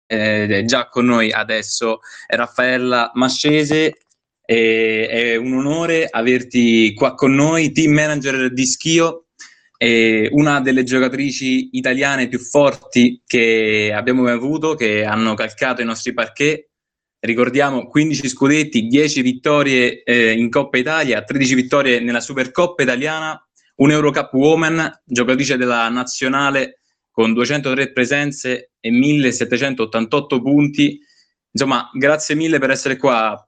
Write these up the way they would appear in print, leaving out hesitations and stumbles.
è già con noi adesso Raffaella Mascese. È un onore averti qua con noi, team manager di Schio, una delle giocatrici italiane più forti che abbiamo mai avuto, che hanno calcato i nostri parquet. Ricordiamo 15 scudetti, 10 vittorie in Coppa Italia, 13 vittorie nella Supercoppa italiana, un Eurocup Woman, giocatrice della nazionale con 203 presenze e 1788 punti. Insomma, grazie mille per essere qua.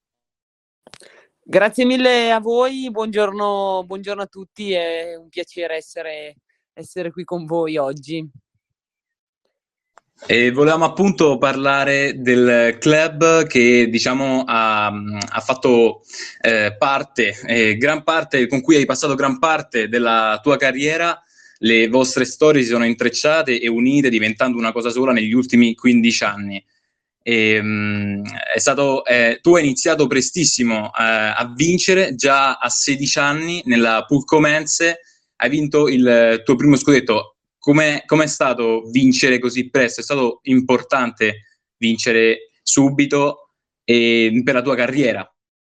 Grazie mille a voi, buongiorno a tutti, è un piacere essere qui con voi oggi. E volevamo appunto parlare del club che diciamo ha fatto gran parte, con cui hai passato gran parte della tua carriera. Le vostre storie si sono intrecciate e unite diventando una cosa sola negli ultimi 15 anni. Tu hai iniziato prestissimo a vincere, già a 16 anni nella Pulcomense, hai vinto il tuo primo scudetto. Com'è stato vincere così presto? È stato importante vincere subito per la tua carriera?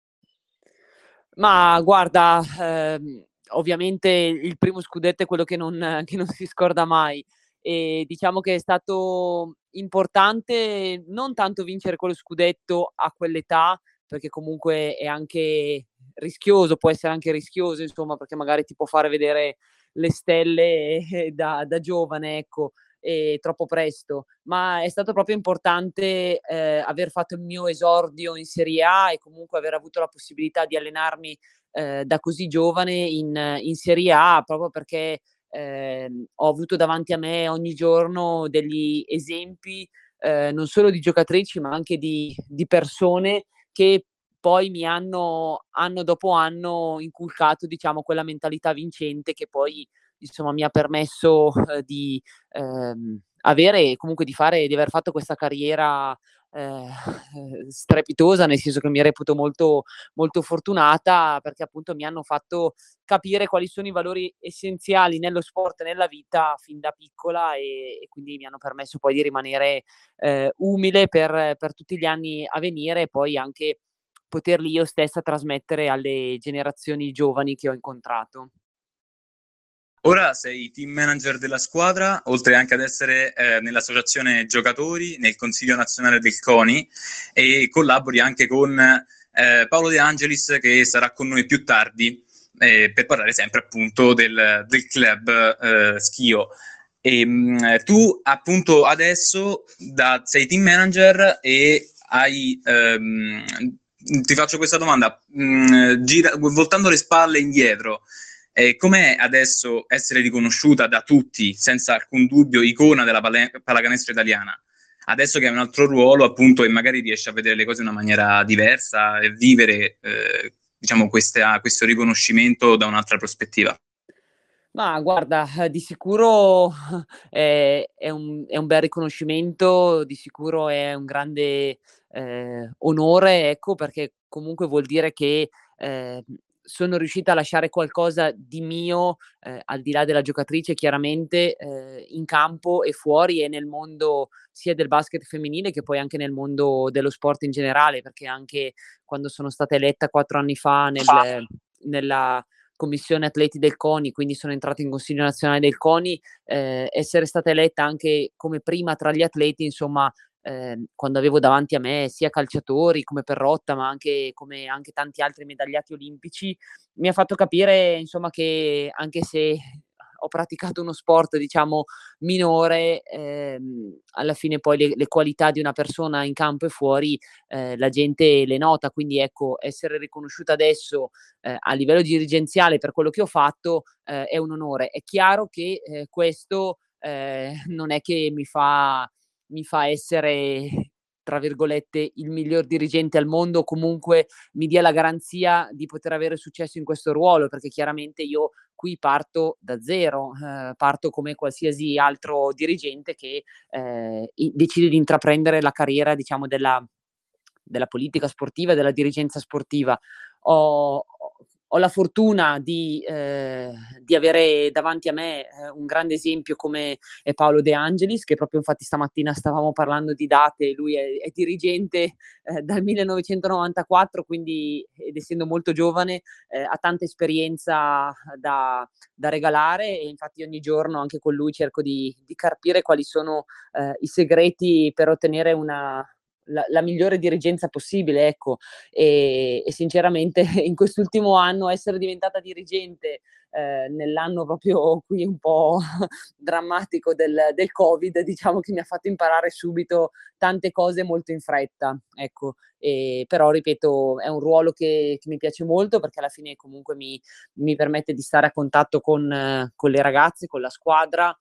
Ma guarda, ovviamente il primo scudetto è quello che non si scorda mai, e diciamo che è stato importante non tanto vincere quello scudetto a quell'età, perché comunque è anche rischioso, può essere anche rischioso insomma, perché magari ti può fare vedere le stelle da giovane, ecco, troppo presto. Ma è stato proprio importante, aver fatto il mio esordio in Serie A e comunque aver avuto la possibilità di allenarmi, da così giovane in Serie A, proprio perché, ho avuto davanti a me ogni giorno degli esempi, non solo di giocatrici, ma anche di persone che poi mi hanno anno dopo anno inculcato, diciamo, quella mentalità vincente che poi, insomma, mi ha permesso, di avere comunque di aver fatto questa carriera strepitosa, nel senso che mi reputo molto, molto fortunata, perché appunto mi hanno fatto capire quali sono i valori essenziali nello sport e nella vita fin da piccola, e quindi mi hanno permesso poi di rimanere umile per tutti gli anni a venire, e poi anche poterli io stessa trasmettere alle generazioni giovani che ho incontrato. Ora sei team manager della squadra, oltre anche ad essere nell'associazione giocatori, nel Consiglio nazionale del CONI, e collabori anche con Paolo De Angelis, che sarà con noi più tardi per parlare sempre appunto del club Schio. Tu appunto adesso sei team manager e ti faccio questa domanda, voltando le spalle indietro. Com'è adesso essere riconosciuta da tutti, senza alcun dubbio, icona della pallacanestro italiana? Adesso che hai un altro ruolo, appunto, e magari riesci a vedere le cose in una maniera diversa e vivere, diciamo, questo riconoscimento da un'altra prospettiva. Ma guarda, di sicuro è un bel riconoscimento, di sicuro è un grande, onore, ecco, perché comunque vuol dire che, sono riuscita a lasciare qualcosa di mio, al di là della giocatrice chiaramente, in campo e fuori, e nel mondo sia del basket femminile che poi anche nel mondo dello sport in generale, perché anche quando sono stata eletta 4 anni fa nella commissione atleti del CONI, quindi sono entrata in consiglio nazionale del CONI, essere stata eletta anche come prima tra gli atleti, insomma, quando avevo davanti a me sia calciatori come Perrotta, ma anche come anche tanti altri medagliati olimpici, mi ha fatto capire insomma che anche se ho praticato uno sport diciamo minore, alla fine poi le qualità di una persona in campo e fuori, la gente le nota. Quindi ecco, essere riconosciuta adesso a livello dirigenziale per quello che ho fatto, è un onore. È chiaro che, questo, non è che mi fa essere, tra virgolette, "il miglior dirigente al mondo", o comunque mi dia la garanzia di poter avere successo in questo ruolo, perché chiaramente io qui parto da zero, parto come qualsiasi altro dirigente che, decide di intraprendere la carriera, diciamo, della politica sportiva e della dirigenza sportiva. Ho ho la fortuna di avere davanti a me un grande esempio come è Paolo De Angelis, che proprio infatti stamattina stavamo parlando di date, lui è dirigente dal 1994, quindi, ed essendo molto giovane, ha tanta esperienza da regalare, e infatti ogni giorno anche con lui cerco di carpire quali sono i segreti per ottenere la migliore dirigenza possibile, ecco. E sinceramente in quest'ultimo anno essere diventata dirigente, nell'anno proprio qui un po' drammatico del Covid, diciamo che mi ha fatto imparare subito tante cose molto in fretta, ecco. Però ripeto, è un ruolo che mi piace molto, perché alla fine comunque mi permette di stare a contatto con le ragazze, con la squadra,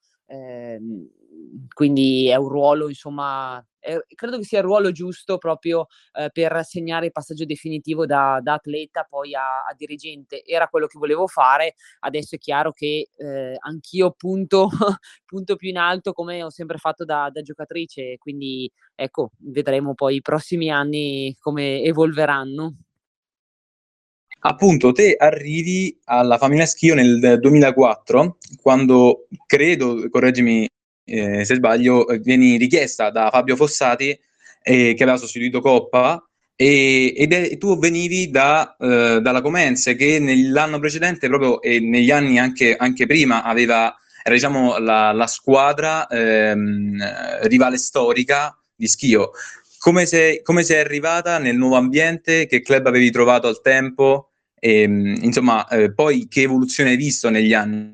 quindi è un ruolo, insomma, credo che sia il ruolo giusto proprio per segnare il passaggio definitivo da atleta poi a dirigente. Era quello che volevo fare, adesso è chiaro che anch'io punto, punto più in alto come ho sempre fatto da giocatrice, quindi ecco, vedremo poi i prossimi anni come evolveranno. Appunto, te arrivi alla Famiglia Schio nel 2004, quando credo, correggimi se sbaglio, vieni richiesta da Fabio Fossati, che aveva sostituito Coppa, tu venivi dalla Comense, che nell'anno precedente, proprio e negli anni anche prima, era diciamo la squadra rivale storica di Schio. Come sei arrivata nel nuovo ambiente? Che club avevi trovato al tempo? Insomma, poi che evoluzione hai visto negli anni?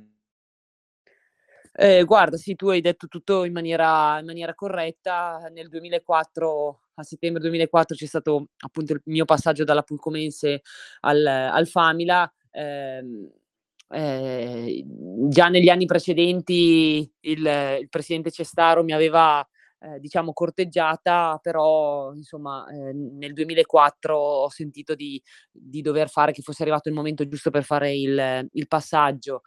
Guarda, sì, tu hai detto tutto in maniera corretta. Nel 2004, a settembre 2004, c'è stato appunto il mio passaggio dalla Pulcomense al Famila. Già negli anni precedenti il presidente Cestaro mi aveva, diciamo, corteggiata, però insomma, nel 2004 ho sentito di dover fare, che fosse arrivato il momento giusto per fare il passaggio.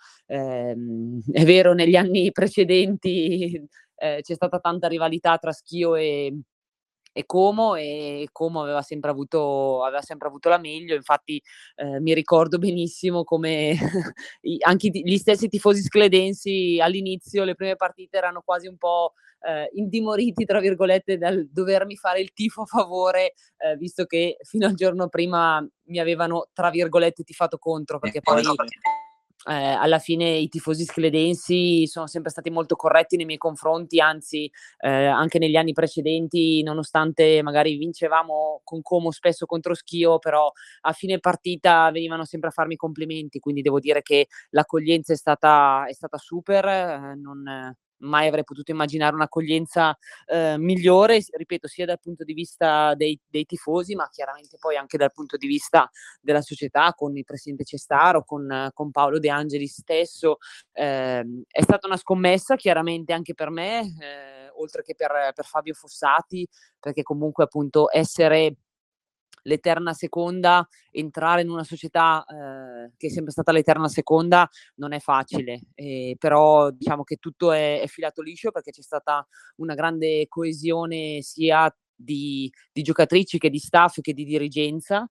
È vero, negli anni precedenti c'è stata tanta rivalità tra Schio e Como, e Como aveva sempre avuto la meglio. Infatti mi ricordo benissimo come anche gli stessi tifosi scledensi all'inizio, le prime partite, erano quasi un po' "intimoriti" tra virgolette dal dovermi fare il tifo a favore, visto che fino al giorno prima mi avevano, tra virgolette, "tifato contro", perché poi alla fine i tifosi scledensi sono sempre stati molto corretti nei miei confronti, anzi, anche negli anni precedenti, nonostante magari vincevamo con Como spesso contro Schio, però a fine partita venivano sempre a farmi complimenti, quindi devo dire che l'accoglienza è stata super, non mai avrei potuto immaginare un'accoglienza migliore, ripeto, sia dal punto di vista dei tifosi, ma chiaramente poi anche dal punto di vista della società, con il presidente Cestaro, con Paolo De Angelis stesso. È stata una scommessa chiaramente anche per me, oltre che per Fabio Fossati, perché comunque appunto essere l'eterna seconda, entrare in una società che è sempre stata l'eterna seconda, non è facile, però diciamo che tutto è filato liscio, perché c'è stata una grande coesione sia di giocatrici che di staff che di dirigenza.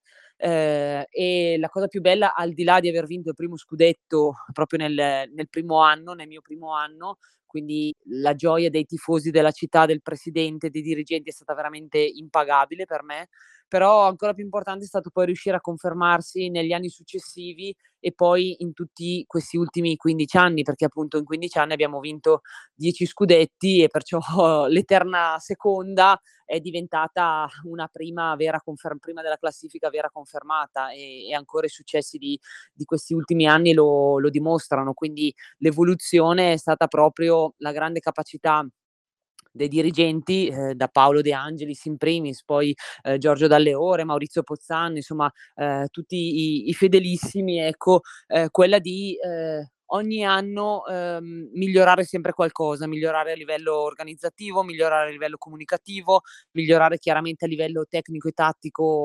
E la cosa più bella, al di là di aver vinto il primo scudetto proprio nel primo anno, nel mio primo anno, quindi la gioia dei tifosi della città, del presidente, dei dirigenti, è stata veramente impagabile per me. Però ancora più importante è stato poi riuscire a confermarsi negli anni successivi, e poi in tutti questi ultimi 15 anni, perché appunto in 15 anni abbiamo vinto 10 scudetti, e perciò l'eterna seconda è diventata una prima della classifica vera confermata, e ancora i successi di questi ultimi anni lo dimostrano. Quindi l'evoluzione è stata proprio la grande capacità dei dirigenti, da Paolo De Angelis in primis, poi Giorgio Dalleore, Maurizio Pozzanno, insomma, tutti i fedelissimi, ecco, quella di ogni anno migliorare sempre qualcosa, migliorare a livello organizzativo, migliorare a livello comunicativo, migliorare chiaramente a livello tecnico e tattico,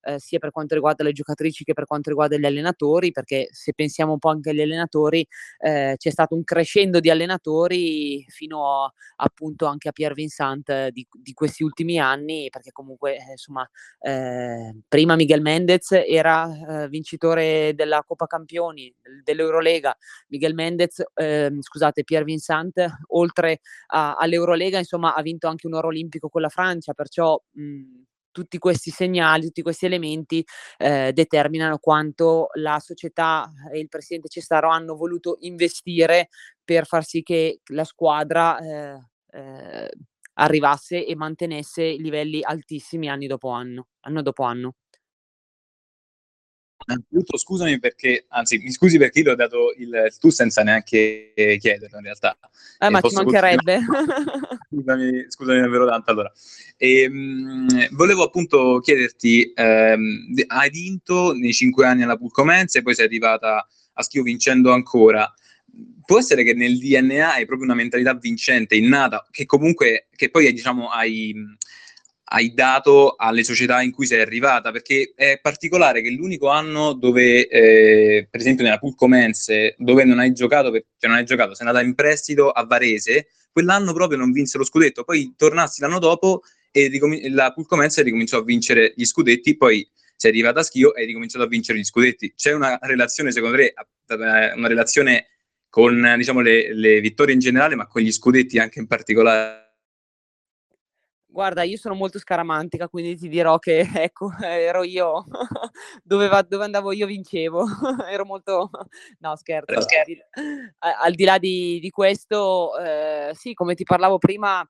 sia per quanto riguarda le giocatrici che per quanto riguarda gli allenatori, perché se pensiamo un po' anche agli allenatori, c'è stato un crescendo di allenatori fino appunto anche a Pierre Vincent di questi ultimi anni, perché comunque insomma prima Miguel Mendez era vincitore della Coppa Campioni, dell'Eurolega. Miguel Mendez, scusate, Pierre Vincent, oltre all'Eurolega, insomma, ha vinto anche un oro olimpico con la Francia, perciò tutti questi segnali, tutti questi elementi determinano quanto la società e il presidente Cestaro hanno voluto investire per far sì che la squadra arrivasse e mantenesse livelli altissimi anno dopo anno. Innanzitutto scusami perché, anzi mi scusi perché io ti ho dato il tu senza neanche chiederlo in realtà. Ma ci Posso continuare? mancherebbe. Scusami davvero tanto allora. Volevo appunto chiederti, hai vinto nei 5 anni alla Pulcomense, poi sei arrivata a Schio vincendo ancora. Può essere che nel DNA hai proprio una mentalità vincente, innata, che comunque, che poi diciamo hai dato alle società in cui sei arrivata, perché è particolare che l'unico anno dove, per esempio nella Pulcomense, dove non hai giocato, cioè non hai giocato, sei andata in prestito a Varese, quell'anno proprio non vinse lo scudetto, poi tornassi l'anno dopo e la Pulcomense ricominciò a vincere gli scudetti, poi sei arrivata a Schio e hai ricominciato a vincere gli scudetti. C'è una relazione, secondo te, una relazione con diciamo, le vittorie in generale, ma con gli scudetti anche in particolare? Guarda, io sono molto scaramantica, quindi ti dirò che ecco, ero io dove andavo io vincevo. Ero molto no scherzo, al di là di questo, sì, come ti parlavo prima,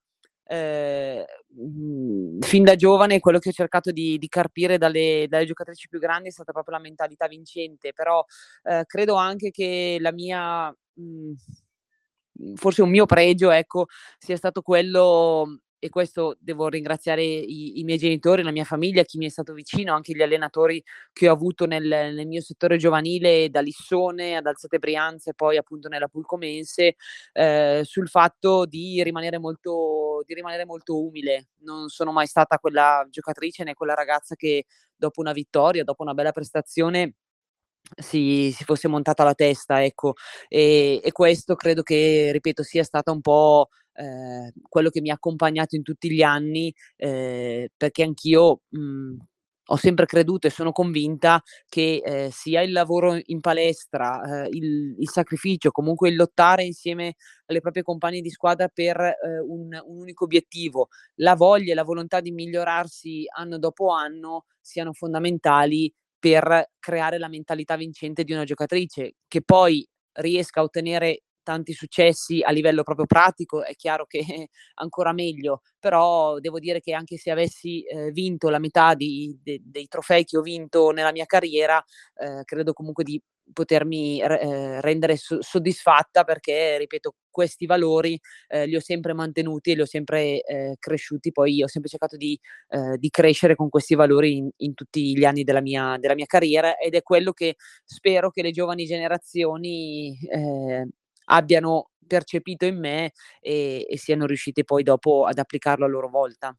fin da giovane quello che ho cercato di carpire dalle giocatrici più grandi è stata proprio la mentalità vincente, però, credo anche che la mia forse un mio pregio, ecco, sia stato quello e questo devo ringraziare i miei genitori, la mia famiglia, chi mi è stato vicino, anche gli allenatori che ho avuto nel mio settore giovanile, da Lissone ad Alzate Brianza e poi appunto nella Pulcomense, sul fatto di rimanere molto umile. Non sono mai stata quella giocatrice né quella ragazza che dopo una vittoria, dopo una bella prestazione si fosse montata la testa, ecco. E questo credo che, ripeto, sia stata un po', quello che mi ha accompagnato in tutti gli anni, perché anch'io, ho sempre creduto e sono convinta che, sia il lavoro in palestra, il sacrificio, comunque il lottare insieme alle proprie compagne di squadra per, un unico obiettivo, la voglia e la volontà di migliorarsi anno dopo anno, siano fondamentali per creare la mentalità vincente di una giocatrice. Che poi riesca a ottenere tanti successi a livello proprio pratico, è chiaro che ancora meglio, però devo dire che anche se avessi, vinto la metà dei trofei che ho vinto nella mia carriera, credo comunque di potermi rendere soddisfatta perché, ripeto, questi valori, li ho sempre mantenuti e li ho sempre, cresciuti. Poi ho sempre cercato di crescere con questi valori in tutti gli anni della mia carriera ed è quello che spero che le giovani generazioni, abbiano percepito in me e siano riuscite poi dopo ad applicarlo a loro volta.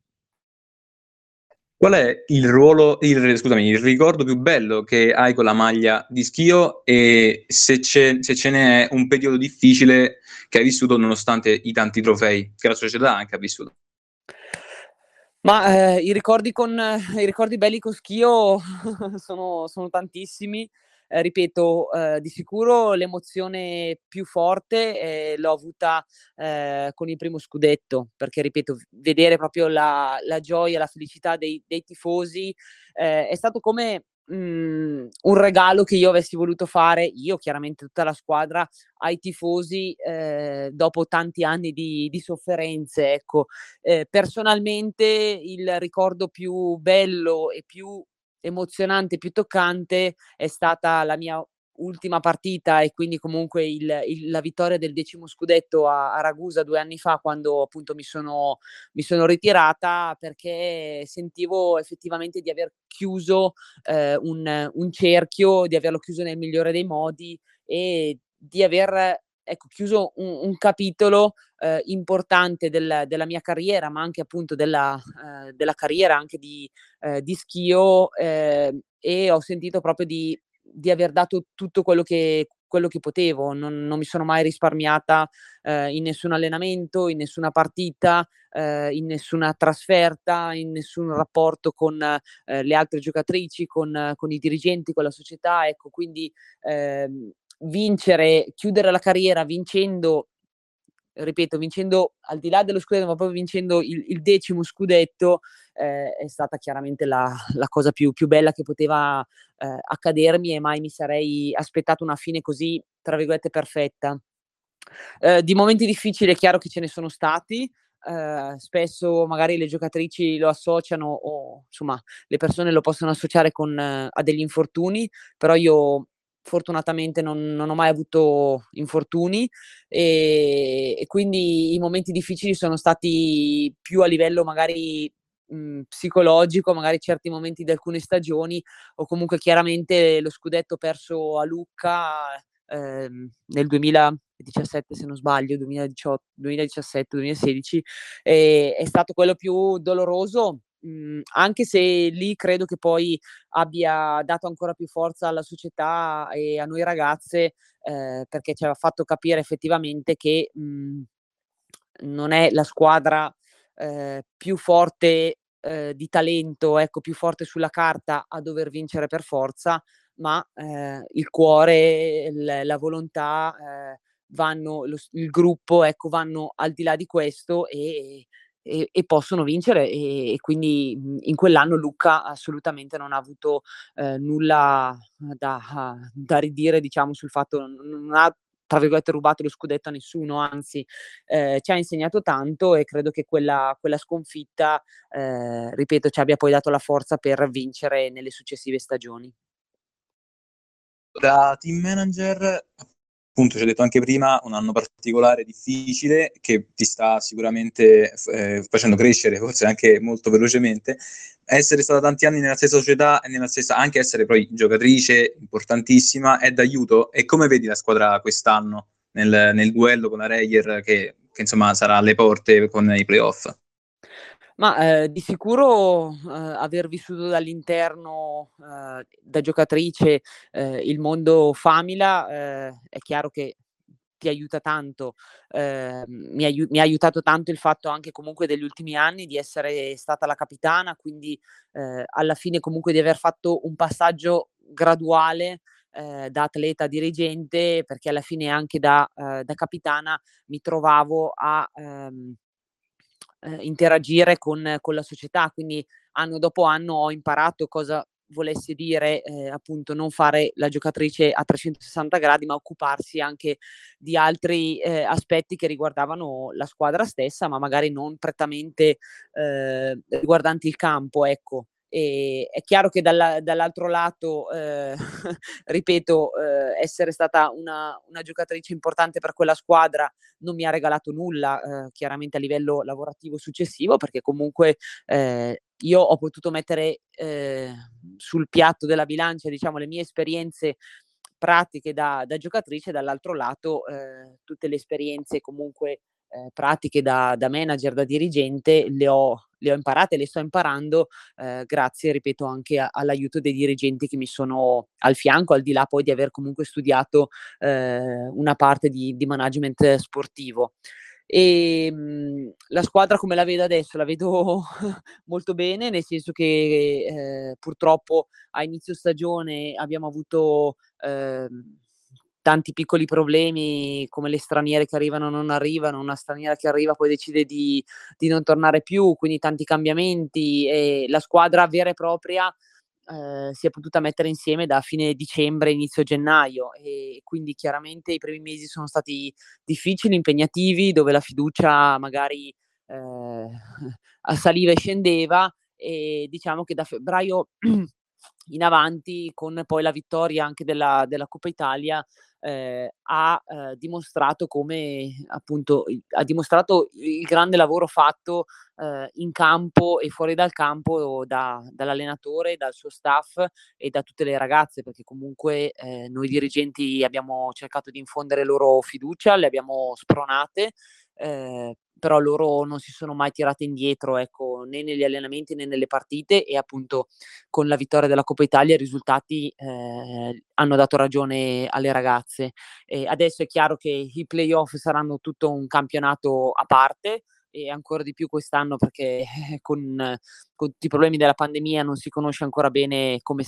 Qual è il ricordo più bello che hai con la maglia di Schio e se ce n'è un periodo difficile che hai vissuto nonostante i tanti trofei che la società anche ha vissuto? Ma, i ricordi belli con Schio sono tantissimi. Ripeto, di sicuro l'emozione più forte, l'ho avuta, con il primo scudetto, perché ripeto, vedere proprio la gioia, la felicità dei tifosi, è stato come, un regalo che io avessi voluto fare, io chiaramente tutta la squadra, ai tifosi, dopo tanti anni di sofferenze, ecco. Personalmente il ricordo più bello e più emozionante, più toccante è stata la mia ultima partita e quindi comunque la vittoria del 10° scudetto a Ragusa 2 anni fa, quando appunto mi sono ritirata, perché sentivo effettivamente di aver chiuso, un cerchio, di averlo chiuso nel migliore dei modi e di aver, ecco, chiuso un capitolo importante della mia carriera, ma anche appunto della carriera anche di Schio, e ho sentito proprio di aver dato tutto quello che potevo. Non mi sono mai risparmiata in nessun allenamento, in nessuna partita, in nessuna trasferta, in nessun rapporto con le altre giocatrici, con i dirigenti, con la società. Ecco, quindi chiudere la carriera vincendo, ripeto, vincendo al di là dello scudetto, ma proprio vincendo il 10° scudetto, è stata chiaramente la cosa più bella che poteva accadermi, e mai mi sarei aspettato una fine così, tra virgolette, "perfetta". Di momenti difficili è chiaro che ce ne sono stati. Spesso magari le giocatrici lo associano, o insomma le persone lo possono associare a degli infortuni, però io fortunatamente non ho mai avuto infortuni, e quindi i momenti difficili sono stati più a livello magari psicologico, magari certi momenti di alcune stagioni, o comunque chiaramente lo scudetto perso a Lucca nel 2017, se non sbaglio, 2017-2016, è stato quello più doloroso, anche se lì credo che poi abbia dato ancora più forza alla società e a noi ragazze, perché ci ha fatto capire effettivamente che non è la squadra più forte di talento, ecco, più forte sulla carta a dover vincere per forza, ma il cuore, la volontà, il gruppo, ecco, vanno al di là di questo, e possono vincere, e quindi in quell'anno Lucca assolutamente non ha avuto nulla da ridire, diciamo, sul fatto, non ha, tra virgolette, "rubato lo scudetto" a nessuno, anzi ci ha insegnato tanto, e credo che quella sconfitta, ripeto, ci abbia poi dato la forza per vincere nelle successive stagioni. Da team manager, appunto, ci hai detto anche prima, un anno particolare, difficile, che ti sta sicuramente facendo crescere, forse anche molto velocemente. Essere stata tanti anni nella stessa società e nella stessa, anche essere poi giocatrice importantissima, è d'aiuto. E come vedi la squadra quest'anno nel duello con la Reyer, che insomma sarà alle porte con i playoff? Ma di sicuro aver vissuto dall'interno, da giocatrice, il mondo Famila, è chiaro che ti aiuta tanto. Mi ha aiutato tanto il fatto anche comunque degli ultimi anni di essere stata la capitana, quindi alla fine comunque di aver fatto un passaggio graduale da atleta a dirigente, perché alla fine anche da capitana mi trovavo a interagire con la società, quindi anno dopo anno ho imparato cosa volesse dire, appunto, non fare la giocatrice a 360 gradi, ma occuparsi anche di altri aspetti che riguardavano la squadra stessa, ma magari non prettamente riguardanti il campo, ecco. È chiaro che dall'altro lato, ripeto, essere stata una giocatrice importante per quella squadra non mi ha regalato nulla, chiaramente a livello lavorativo successivo, perché comunque io ho potuto mettere sul piatto della bilancia, diciamo, le mie esperienze pratiche da giocatrice, dall'altro lato tutte le esperienze comunque pratiche da manager, da dirigente, le ho imparate, le sto imparando, grazie, ripeto, anche all'aiuto dei dirigenti che mi sono al fianco, al di là poi di aver comunque studiato una parte di management sportivo. La squadra come la vedo adesso? La vedo molto bene, nel senso che purtroppo a inizio stagione abbiamo avuto tanti piccoli problemi, come le straniere che arrivano o non arrivano, una straniera che arriva poi decide di non tornare più, quindi tanti cambiamenti, e la squadra vera e propria si è potuta mettere insieme da fine dicembre, inizio gennaio, e quindi chiaramente i primi mesi sono stati difficili, impegnativi, dove la fiducia magari ehm, saliva e scendeva, e diciamo che da febbraio in avanti, con poi la vittoria anche della Coppa Italia, dimostrato come, appunto, ha dimostrato il grande lavoro fatto in campo e fuori dal campo dall'allenatore, dal suo staff e da tutte le ragazze, perché comunque noi dirigenti abbiamo cercato di infondere loro fiducia, le abbiamo spronate, però loro non si sono mai tirate indietro, ecco, né negli allenamenti né nelle partite, e appunto con la vittoria della Coppa Italia i risultati hanno dato ragione alle ragazze. Adesso è chiaro che i playoff saranno tutto un campionato a parte, e ancora di più quest'anno perché con tutti i problemi della pandemia non si conosce ancora bene come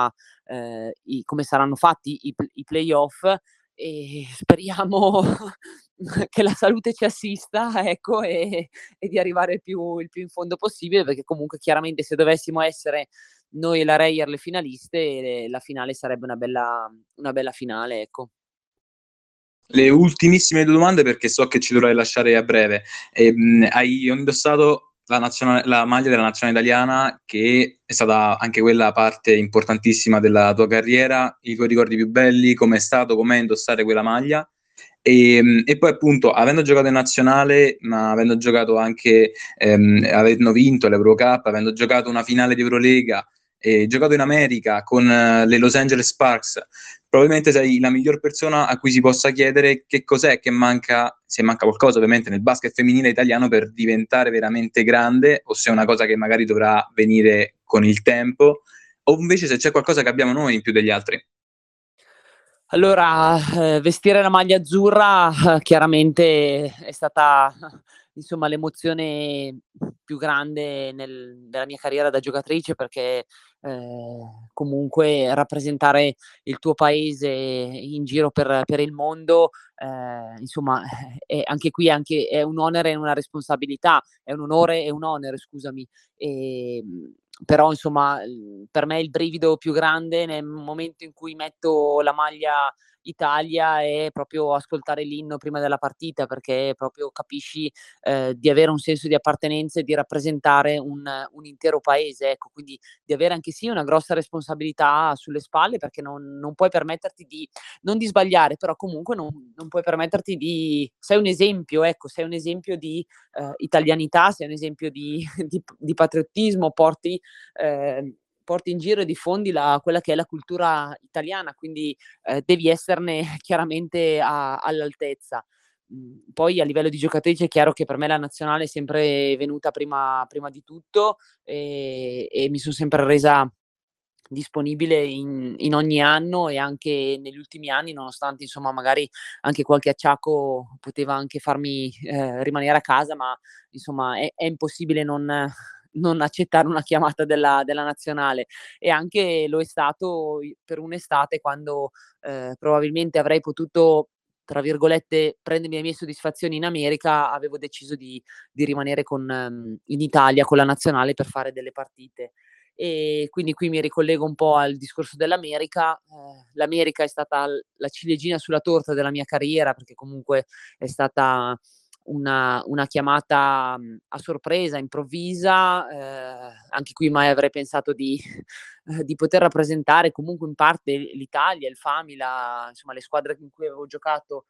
come saranno fatti i playoff, e speriamo che la salute ci assista, ecco, e di arrivare il più in fondo possibile, perché comunque chiaramente se dovessimo essere noi e la Reyer le finaliste, la finale sarebbe una bella finale, ecco. Le ultimissime due domande, perché so che ci dovrai lasciare a breve. Hai indossato la maglia della nazionale italiana, che è stata anche quella parte importantissima della tua carriera, i tuoi ricordi più belli, com'è stato, com'è indossare quella maglia? E poi appunto, avendo giocato in nazionale, ma avendo giocato anche, avendo vinto l'Eurocup, avendo giocato una finale di Eurolega, e giocato in America con le Los Angeles Sparks, probabilmente sei la miglior persona a cui si possa chiedere che cos'è che manca, se manca qualcosa ovviamente nel basket femminile italiano per diventare veramente grande, o se è una cosa che magari dovrà venire con il tempo, o invece se c'è qualcosa che abbiamo noi in più degli altri. Allora, vestire la maglia azzurra chiaramente è stata, insomma, l'emozione più grande della mia carriera da giocatrice, perché comunque rappresentare il tuo paese in giro per il mondo, insomma, anche qui è un onere e una responsabilità, è un onore e un onere, scusami. Però insomma, per me il brivido più grande nel momento in cui metto la maglia Italia è proprio ascoltare l'inno prima della partita, perché proprio capisci di avere un senso di appartenenza e di rappresentare un intero paese, ecco. Quindi di avere anche sì una grossa responsabilità sulle spalle, perché non puoi permetterti non di sbagliare, però comunque non puoi permetterti sei un esempio, ecco, sei un esempio di italianità, sei un esempio di patriottismo, porti in giro e diffondi quella che è la cultura italiana, quindi devi esserne chiaramente all'altezza. Poi a livello di giocatrice è chiaro che per me la nazionale è sempre venuta prima di tutto, e mi son sempre resa disponibile in ogni anno, e anche negli ultimi anni, nonostante insomma magari anche qualche acciacco poteva anche farmi rimanere a casa, ma insomma è impossibile non accettare una chiamata della nazionale. E anche lo è stato per un'estate, quando probabilmente avrei potuto, tra virgolette, "prendermi le mie soddisfazioni" in America, avevo deciso di rimanere in Italia con la nazionale per fare delle partite. E quindi qui mi ricollego un po' al discorso dell'America. L'America è stata la ciliegina sulla torta della mia carriera, perché comunque è stata una chiamata, a sorpresa, improvvisa. Anche qui mai avrei pensato di poter rappresentare comunque in parte l'Italia, il FAMI, insomma le squadre in cui avevo giocato,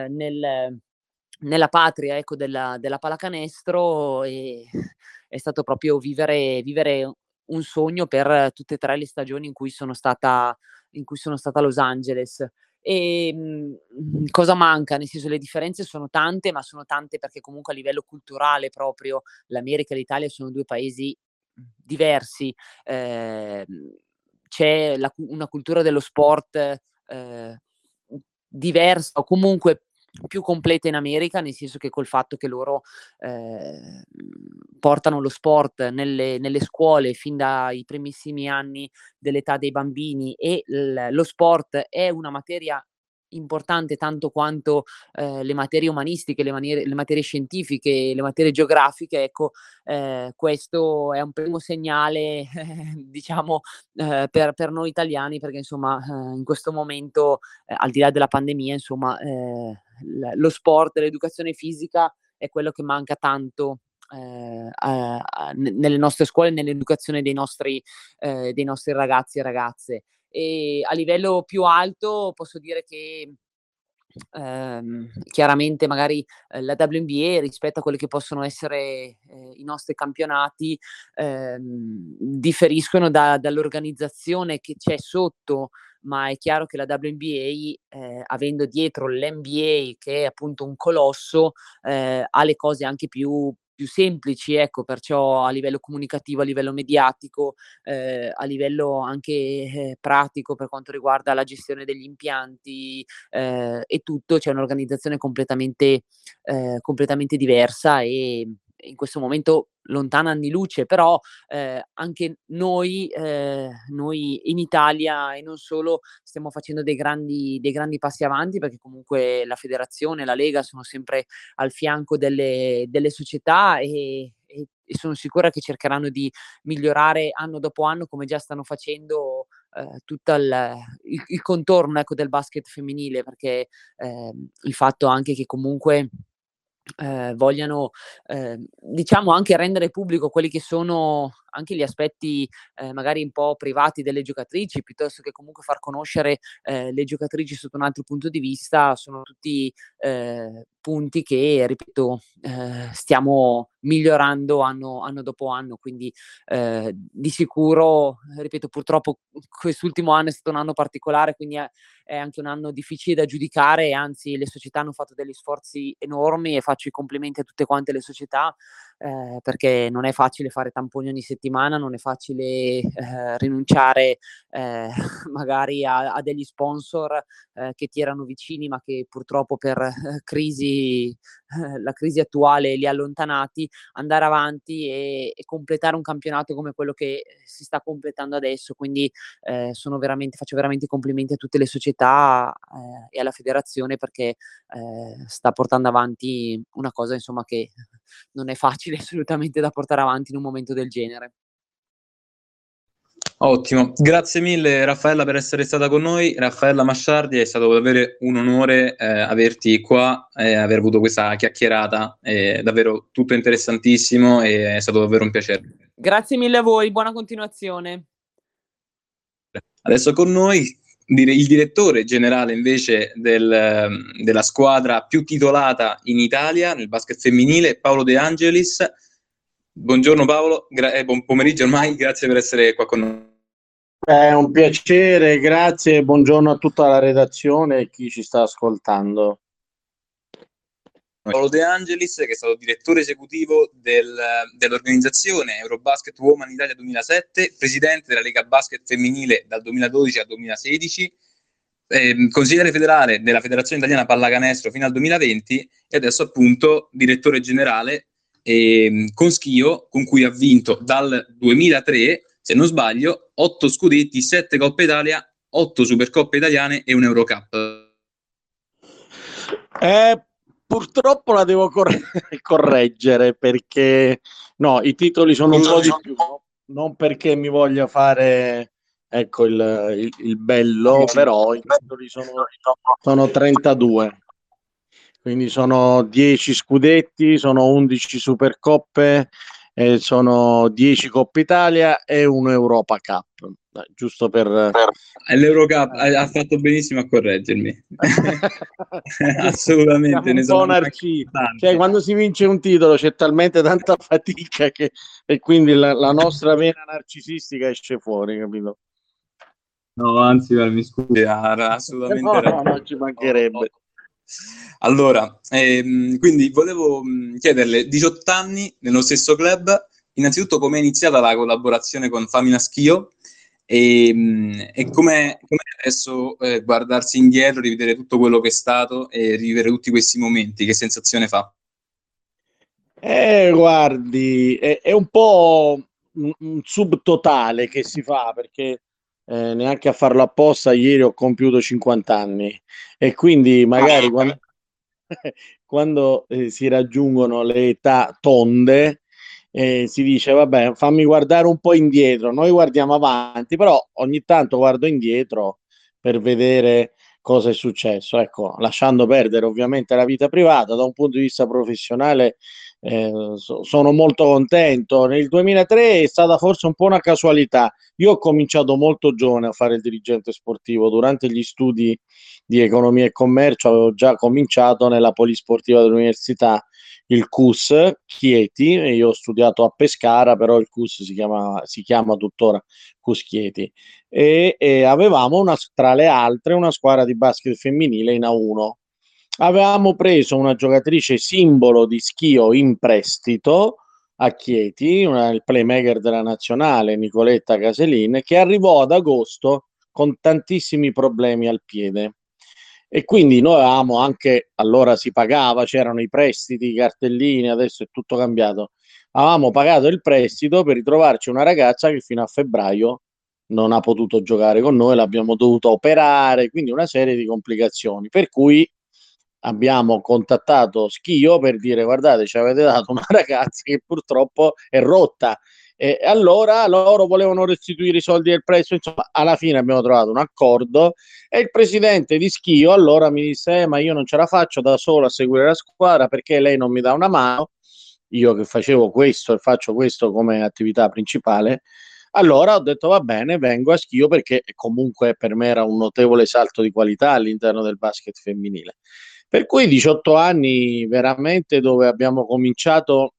nella patria, ecco, della pallacanestro, e è stato proprio vivere un sogno per tutte e 3 le stagioni in cui sono stata a Los Angeles. Cosa manca? Nel senso, le differenze sono tante, ma sono tante perché comunque a livello culturale proprio l'America e l'Italia sono 2 paesi diversi. C'è una cultura dello sport ehm, diversa, o comunque più completa in America, nel senso che col fatto che loro ehm, portano lo sport nelle scuole fin dai primissimi anni dell'età dei bambini, e lo sport è una materia importante tanto quanto le materie umanistiche, le materie scientifiche, le materie geografiche, ecco. Questo è un primo segnale diciamo per noi italiani, perché insomma in questo momento, al di là della pandemia, insomma, lo sport, l'educazione fisica è quello che manca tanto nelle nostre scuole, nell'educazione dei nostri ragazzi e ragazze. E a livello più alto posso dire che chiaramente magari la WNBA, rispetto a quelli che possono essere i nostri campionati, differiscono dall'organizzazione che c'è sotto ma è chiaro che la WNBA, avendo dietro l'NBA che è appunto un colosso, ha le cose anche più semplici, ecco, perciò a livello comunicativo, a livello mediatico, a livello anche, pratico per quanto riguarda la gestione degli impianti, e tutto, c'è un'organizzazione completamente diversa e in questo momento lontana anni luce, però, anche noi in Italia e non solo, stiamo facendo dei grandi passi avanti, perché comunque la federazione, la lega sono sempre al fianco delle società e sono sicura che cercheranno di migliorare anno dopo anno, come già stanno facendo, tutta il contorno, ecco, del basket femminile, perché, il fatto anche che comunque vogliano, diciamo anche rendere pubblico quelli che sono anche gli aspetti, magari un po' privati delle giocatrici, piuttosto che comunque far conoscere, le giocatrici sotto un altro punto di vista, sono tutti, punti che, ripeto, stiamo migliorando anno dopo anno. Quindi, di sicuro, ripeto, purtroppo quest'ultimo anno è stato un anno particolare, quindi è anche un anno difficile da giudicare e anzi le società hanno fatto degli sforzi enormi e faccio i complimenti a tutte quante le società, perché non è facile fare tamponi ogni settimana, non è facile, rinunciare, magari a degli sponsor, che ti erano vicini ma che purtroppo per crisi la crisi attuale li ha allontanati, andare avanti e completare un campionato come quello che si sta completando adesso. Quindi, faccio veramente i complimenti a tutte le società, e alla federazione perché, sta portando avanti una cosa insomma che non è facile assolutamente da portare avanti in un momento del genere. Ottimo, grazie mille Raffaella per essere stata con noi. Raffaella Masciardi, è stato davvero un onore averti qua e aver avuto questa chiacchierata, è davvero tutto interessantissimo e è stato davvero un piacere. Grazie mille a voi, buona continuazione. Adesso con noi il direttore generale invece della squadra più titolata in Italia nel basket femminile, Paolo De Angelis. Buongiorno Paolo, buon pomeriggio ormai, grazie per essere qua con noi. È un piacere, grazie, buongiorno a tutta la redazione e chi ci sta ascoltando. Paolo De Angelis, che è stato direttore esecutivo dell'organizzazione Eurobasket Women Italia 2007, presidente della Lega Basket Femminile dal 2012 al 2016, consigliere federale della Federazione Italiana Pallacanestro fino al 2020 e adesso appunto direttore generale con Schio, con cui ha vinto dal 2003, se non sbaglio, 8 scudetti, 7 Coppe Italia, 8 Supercoppe italiane e un Eurocup. Purtroppo la devo correggere perché no, i titoli sono un po' di più, non perché mi voglia fare ecco il bello, però i titoli sono 32. Quindi sono 10 scudetti, sono 11 Supercoppe, sono 10 Coppa Italia e un Europa Cup. Giusto per l'Eurocup ha fatto benissimo a correggermi. Assolutamente, ne sono cioè, quando si vince un titolo c'è talmente tanta fatica e quindi la nostra vena narcisistica esce fuori, capito? No, anzi, mi scusi, assolutamente no, ci mancherebbe. Allora, quindi volevo chiederle, 18 anni nello stesso club, innanzitutto come è iniziata la collaborazione con Famina Schio e come adesso guardarsi indietro, rivedere tutto quello che è stato e rivivere tutti questi momenti, che sensazione fa? Guardi, è un po' un subtotale che si fa perché neanche a farlo apposta ieri ho compiuto 50 anni e quindi magari quando si raggiungono le età tonde si dice vabbè fammi guardare un po' indietro, noi guardiamo avanti, però ogni tanto guardo indietro per vedere cosa è successo, ecco, lasciando perdere ovviamente la vita privata. Da un punto di vista professionale sono molto contento. Nel 2003 è stata forse un po' una casualità. Io ho cominciato molto giovane a fare il dirigente sportivo. Durante gli studi di economia e commercio avevo già cominciato nella polisportiva dell'università il CUS Chieti, e io ho studiato a Pescara, però il CUS si chiama tuttora CUS Chieti, e avevamo tra le altre una squadra di basket femminile in A1. Avevamo preso una giocatrice simbolo di Schio in prestito a Chieti, il playmaker della nazionale, Nicoletta Caselin, che arrivò ad agosto con tantissimi problemi al piede. E quindi noi avevamo anche, allora si pagava, c'erano i prestiti, i cartellini, adesso è tutto cambiato. Avevamo pagato il prestito per ritrovarci una ragazza che fino a febbraio non ha potuto giocare con noi, l'abbiamo dovuto operare, quindi una serie di complicazioni. Per cui abbiamo contattato Schio per dire: guardate, ci avete dato una ragazza che purtroppo è rotta. E allora loro volevano restituire i soldi del prestito, insomma, alla fine abbiamo trovato un accordo e il presidente di Schio allora mi disse: ma io non ce la faccio da solo a seguire la squadra perché lei non mi dà una mano, io che facevo questo e faccio questo come attività principale. Allora ho detto: va bene, vengo a Schio, perché comunque per me era un notevole salto di qualità all'interno del basket femminile. Per cui 18 anni veramente, dove abbiamo cominciato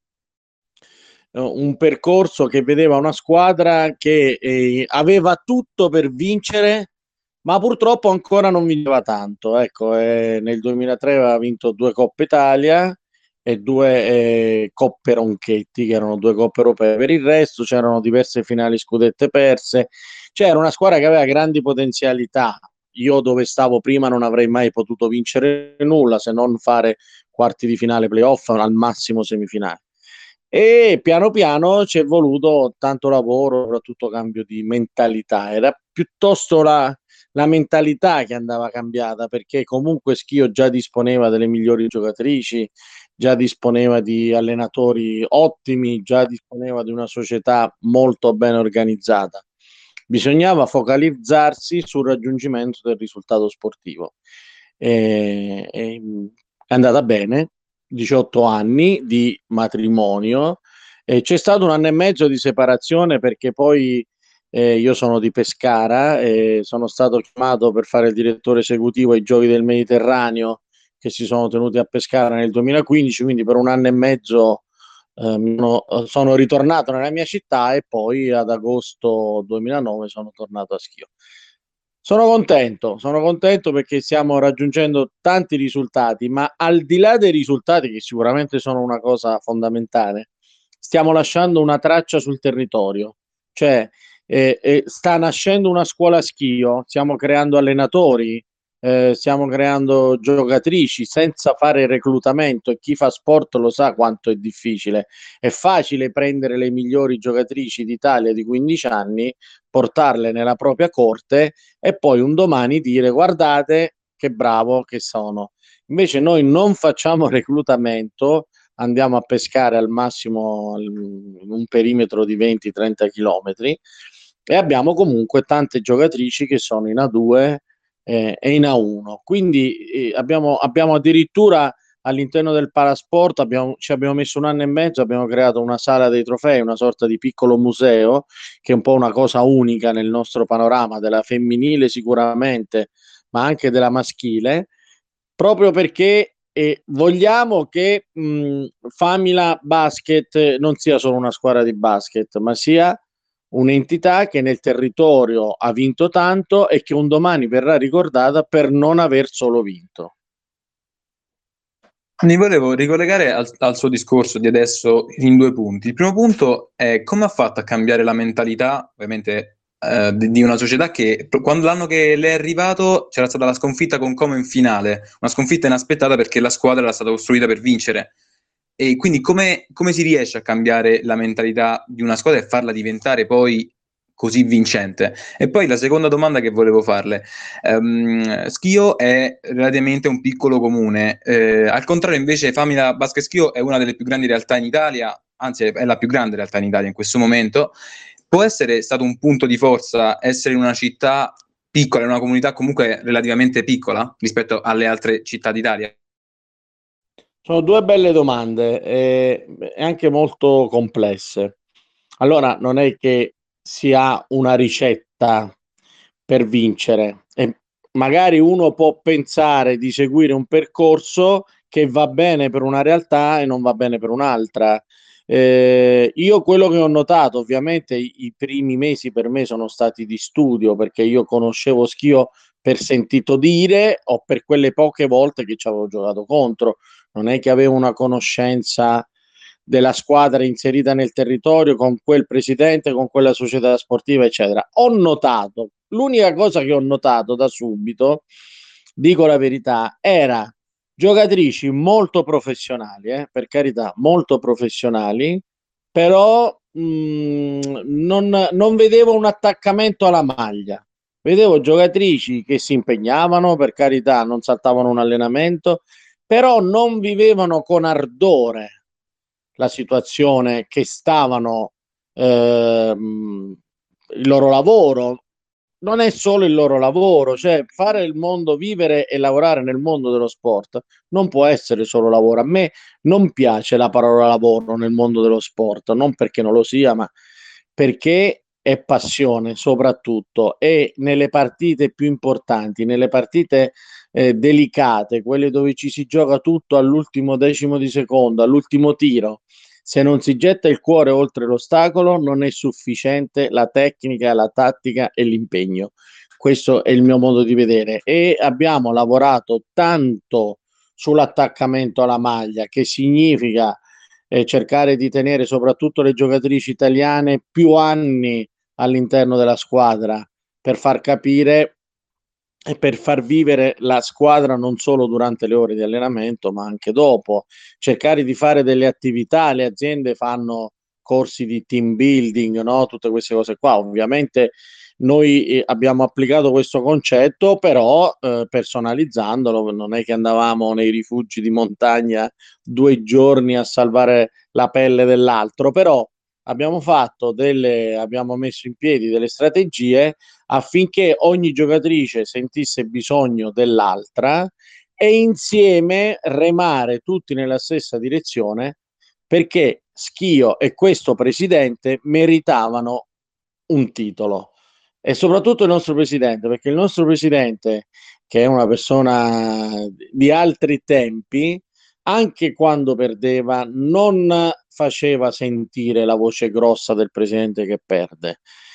un percorso che vedeva una squadra che aveva tutto per vincere, ma purtroppo ancora non vinceva tanto. Ecco, nel 2003 aveva vinto 2 Coppe Italia e 2 Coppe Ronchetti, che erano 2 Coppe Europee. Per il resto c'erano diverse finali scudette perse. C'era una squadra che aveva grandi potenzialità. Io, dove stavo prima, non avrei mai potuto vincere nulla se non fare quarti di finale, playoff, al massimo semifinale. E piano piano ci è voluto tanto lavoro, soprattutto cambio di mentalità. Era piuttosto la mentalità che andava cambiata, perché comunque Schio già disponeva delle migliori giocatrici, già disponeva di allenatori ottimi, già disponeva di una società molto ben organizzata. Bisognava focalizzarsi sul raggiungimento del risultato sportivo. È andata bene, 18 anni di matrimonio, c'è stato 1 anno e mezzo di separazione perché poi io sono di Pescara e sono stato chiamato per fare il direttore esecutivo ai Giochi del Mediterraneo che si sono tenuti a Pescara nel 2015, quindi per 1 anno e mezzo sono ritornato nella mia città e poi ad agosto 2009 sono tornato a Schio. Sono contento perché stiamo raggiungendo tanti risultati, ma al di là dei risultati, che sicuramente sono una cosa fondamentale, stiamo lasciando una traccia sul territorio. Cioè, sta nascendo una scuola Schio, stiamo creando allenatori, stiamo creando giocatrici senza fare reclutamento, e chi fa sport lo sa quanto è difficile. È facile prendere le migliori giocatrici d'Italia di 15 anni, portarle nella propria corte e poi un domani dire: guardate che bravo che sono. Invece noi non facciamo reclutamento, andiamo a pescare al massimo in un perimetro di 20-30 chilometri e abbiamo comunque tante giocatrici che sono in A2 e in A1. Quindi abbiamo addirittura all'interno del Palasport, ci abbiamo messo 1 anno e mezzo, abbiamo creato una sala dei trofei, una sorta di piccolo museo, che è un po' una cosa unica nel nostro panorama, della femminile sicuramente, ma anche della maschile, proprio perché vogliamo che Famila Basket non sia solo una squadra di basket, ma sia un'entità che nel territorio ha vinto tanto e che un domani verrà ricordata per non aver solo vinto. Mi volevo ricollegare al suo discorso di adesso in 2 punti. Il primo punto è come ha fatto a cambiare la mentalità, ovviamente, di una società che quando l'anno che lei è arrivato c'era stata la sconfitta con Como in finale, una sconfitta inaspettata perché la squadra era stata costruita per vincere. E quindi come si riesce a cambiare la mentalità di una squadra e farla diventare poi così vincente? E poi la seconda domanda che volevo farle. Schio è relativamente un piccolo comune, al contrario invece Famila Basket Schio è una delle più grandi realtà in Italia, anzi è la più grande realtà in Italia in questo momento. Può essere stato un punto di forza essere in una città piccola, in una comunità comunque relativamente piccola rispetto alle altre città d'Italia? Sono 2 belle domande e anche molto complesse. Allora, non è che si ha una ricetta per vincere, e magari uno può pensare di seguire un percorso che va bene per una realtà e non va bene per un'altra. Io quello che ho notato, ovviamente i primi mesi per me sono stati di studio, perché io conoscevo Schio per sentito dire o per quelle poche volte che ci avevo giocato contro. Non è che avevo una conoscenza della squadra inserita nel territorio con quel presidente, con quella società sportiva, eccetera. Ho notato, l'unica cosa che ho notato da subito, dico la verità, era giocatrici molto professionali, per carità, molto professionali, però non vedevo un attaccamento alla maglia. Vedevo giocatrici che si impegnavano, per carità, non saltavano un allenamento, però non vivevano con ardore la situazione, che stavano il loro lavoro. Non è solo il loro lavoro, cioè fare il mondo, vivere e lavorare nel mondo dello sport non può essere solo lavoro. A me non piace la parola lavoro nel mondo dello sport, non perché non lo sia, ma perché è passione soprattutto, e nelle partite più importanti, nelle partite delicate, quelle dove ci si gioca tutto all'ultimo decimo di secondo, all'ultimo tiro. Se non si getta il cuore oltre l'ostacolo, non è sufficiente la tecnica, la tattica e l'impegno. Questo è il mio modo di vedere, e abbiamo lavorato tanto sull'attaccamento alla maglia, che significa cercare di tenere soprattutto le giocatrici italiane più anni all'interno della squadra, per far capire e per far vivere la squadra non solo durante le ore di allenamento, ma anche dopo. Cercare di fare delle attività, le aziende fanno corsi di team building, no? Tutte queste cose qua. Ovviamente noi abbiamo applicato questo concetto, però personalizzandolo. Non è che andavamo nei rifugi di montagna 2 giorni a salvare la pelle dell'altro, però abbiamo messo in piedi delle strategie affinché ogni giocatrice sentisse bisogno dell'altra, e insieme remare tutti nella stessa direzione, perché Schio e questo presidente meritavano un titolo, e soprattutto il nostro presidente, perché il nostro presidente, che è una persona di altri tempi, anche quando perdeva non faceva sentire la voce grossa del presidente che perde.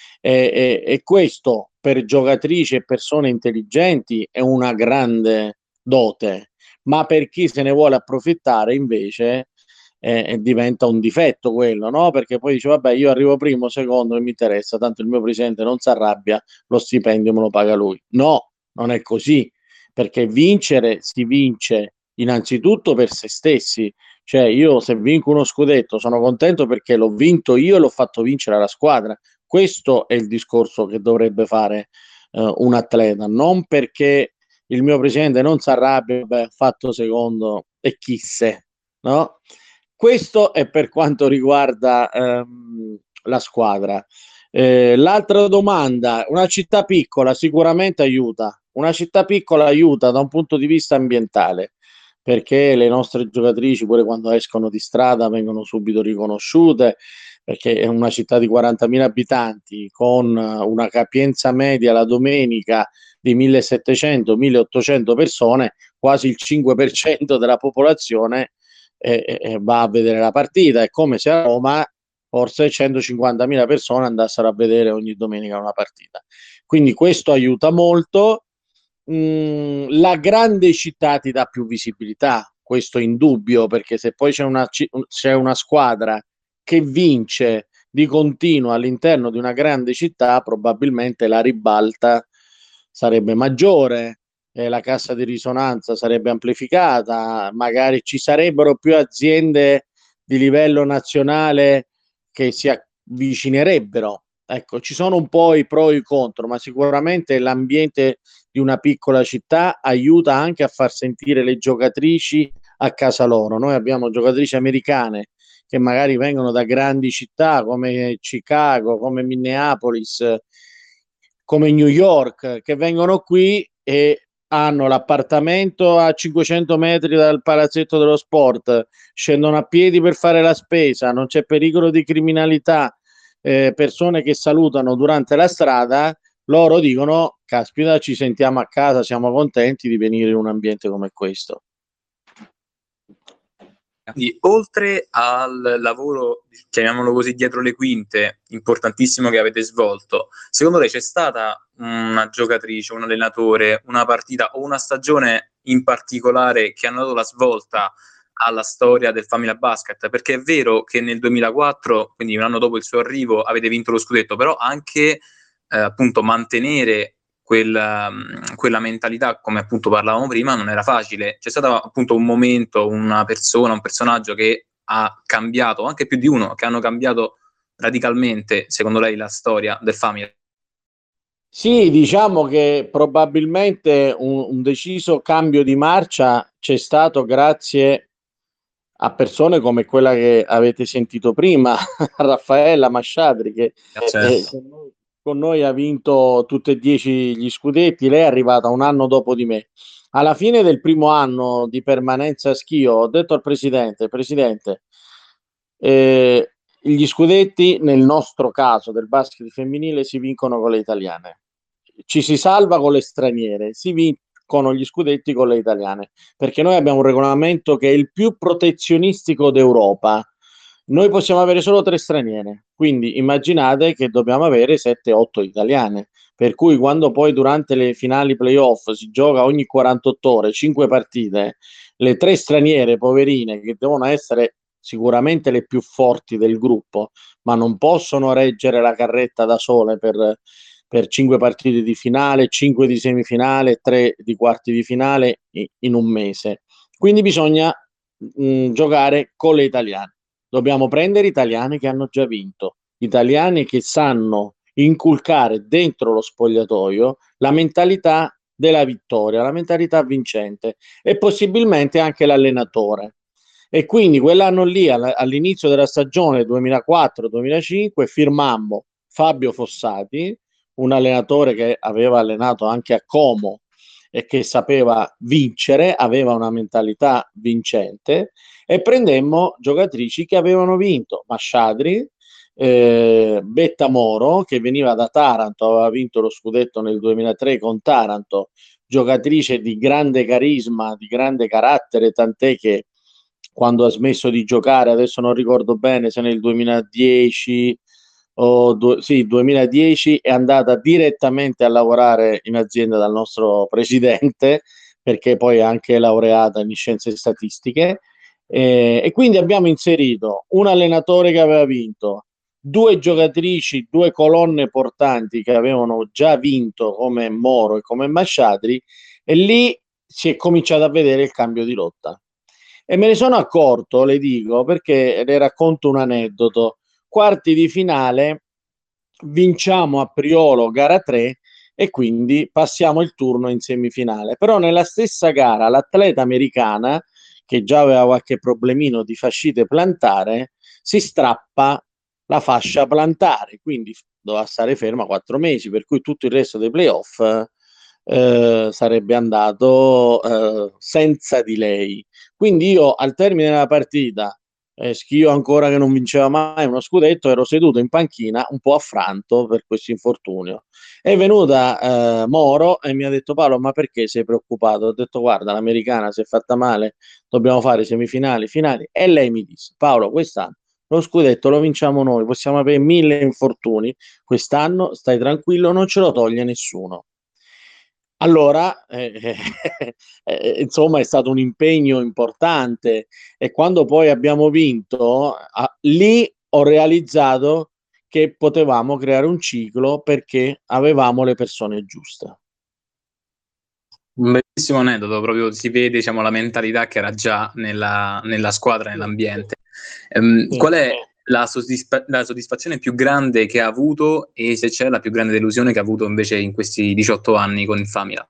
E questo per giocatrici e persone intelligenti è una grande dote, ma per chi se ne vuole approfittare invece diventa un difetto quello, no? Perché poi dice, vabbè, io arrivo primo, secondo, non mi interessa, tanto il mio presidente non si arrabbia, lo stipendio me lo paga lui. No, non è così, perché vincere si vince innanzitutto per se stessi. Cioè, io se vinco uno scudetto sono contento perché l'ho vinto io e l'ho fatto vincere alla squadra. Questo è il discorso che dovrebbe fare un atleta, non perché il mio presidente non si arrabbia, beh, ha fatto secondo e chi se, no? Questo è per quanto riguarda la squadra. L'altra domanda, una città piccola sicuramente aiuta, una città piccola aiuta da un punto di vista ambientale, perché le nostre giocatrici, pure quando escono di strada, vengono subito riconosciute, perché è una città di 40.000 abitanti con una capienza media la domenica di 1.700-1.800 persone, quasi il 5% della popolazione va a vedere la partita. È come se a Roma forse 150.000 persone andassero a vedere ogni domenica una partita. Quindi questo aiuta molto. La grande città ti dà più visibilità, questo è indubbio, perché se poi c'è una squadra che vince di continuo all'interno di una grande città, probabilmente la ribalta sarebbe maggiore, la cassa di risonanza sarebbe amplificata, magari ci sarebbero più aziende di livello nazionale che si avvicinerebbero. Ecco, ci sono un po' i pro e i contro, ma sicuramente l'ambiente di una piccola città aiuta anche a far sentire le giocatrici a casa loro. Noi abbiamo giocatrici americane che magari vengono da grandi città come Chicago, come Minneapolis, come New York, che vengono qui e hanno l'appartamento a 500 metri dal palazzetto dello sport, scendono a piedi per fare la spesa, non c'è pericolo di criminalità, persone che salutano durante la strada. Loro dicono, caspita, ci sentiamo a casa, siamo contenti di venire in un ambiente come questo. Quindi, oltre al lavoro, chiamiamolo così, dietro le quinte, importantissimo che avete svolto, secondo lei c'è stata una giocatrice, un allenatore, una partita o una stagione in particolare che hanno dato la svolta alla storia del Family Basket? Perché è vero che nel 2004, quindi un anno dopo il suo arrivo, avete vinto lo scudetto, però anche appunto mantenere quella mentalità, come appunto parlavamo prima, non era facile. C'è stato appunto un momento, una persona, un personaggio che ha cambiato, anche più di uno, che hanno cambiato radicalmente, secondo lei, la storia del Family? Sì, diciamo che probabilmente un deciso cambio di marcia c'è stato grazie a persone come quella che avete sentito prima, Raffaella Masciadri, che Certo. con noi ha vinto tutti e 10 gli scudetti. Lei è arrivata un anno dopo di me. Alla fine del primo anno di permanenza a Schio ho detto al presidente, gli scudetti nel nostro caso del basket femminile si vincono con le italiane, ci si salva con le straniere, si vincono gli scudetti con le italiane, perché noi abbiamo un regolamento che è il più protezionistico d'Europa. Noi possiamo avere solo 3 straniere, quindi immaginate che dobbiamo avere 7-8 italiane, per cui quando poi durante le finali playoff si gioca ogni 48 ore 5 partite, le 3 straniere poverine che devono essere sicuramente le più forti del gruppo, ma non possono reggere la carretta da sole per 5 partite di finale, 5 di semifinale, 3 di quarti di finale in un mese. Quindi bisogna giocare con le italiane. Dobbiamo prendere italiani che hanno già vinto, italiani che sanno inculcare dentro lo spogliatoio la mentalità della vittoria, la mentalità vincente, e possibilmente anche l'allenatore. E quindi quell'anno lì, all'inizio della stagione 2004-2005, firmammo Fabio Fossati, un allenatore che aveva allenato anche a Como e che sapeva vincere, aveva una mentalità vincente, e prendemmo giocatrici che avevano vinto: Masciadri, Betta Moro, che veniva da Taranto, aveva vinto lo scudetto nel 2003 con Taranto, giocatrice di grande carisma, di grande carattere, tant'è che quando ha smesso di giocare, adesso non ricordo bene se nel 2010 sì, 2010, è andata direttamente a lavorare in azienda dal nostro presidente, perché poi è anche laureata in scienze statistiche, e quindi abbiamo inserito un allenatore che aveva vinto, 2 giocatrici, 2 colonne portanti che avevano già vinto come Moro e come Masciadri, e lì si è cominciato a vedere il cambio di rotta. E me ne sono accorto, le dico, perché le racconto un aneddoto. Quarti di finale, vinciamo a Priolo gara 3 e quindi passiamo il turno in semifinale. Però nella stessa gara l'atleta americana, che già aveva qualche problemino di fascite plantare, si strappa la fascia plantare, quindi doveva stare ferma 4 mesi, per cui tutto il resto dei playoff sarebbe andato senza di lei. Quindi io al termine della partita, Schio ancora che non vinceva mai uno scudetto, ero seduto in panchina un po' affranto per questo infortunio. È venuta Moro e mi ha detto: Paolo, ma perché sei preoccupato? Ho detto: guarda, l'americana si è fatta male, dobbiamo fare semifinali, finali. E lei mi disse: Paolo, quest'anno lo scudetto lo vinciamo noi, possiamo avere 1000 infortuni, quest'anno stai tranquillo, non ce lo toglie nessuno. Allora, insomma, è stato un impegno importante, e quando poi abbiamo vinto, lì ho realizzato che potevamo creare un ciclo perché avevamo le persone giuste. Un bellissimo aneddoto, proprio si vede, diciamo, la mentalità che era già nella squadra, nell'ambiente. Sì. Qual è la soddisfazione più grande che ha avuto, e se c'è la più grande delusione che ha avuto invece in questi 18 anni con il Famila?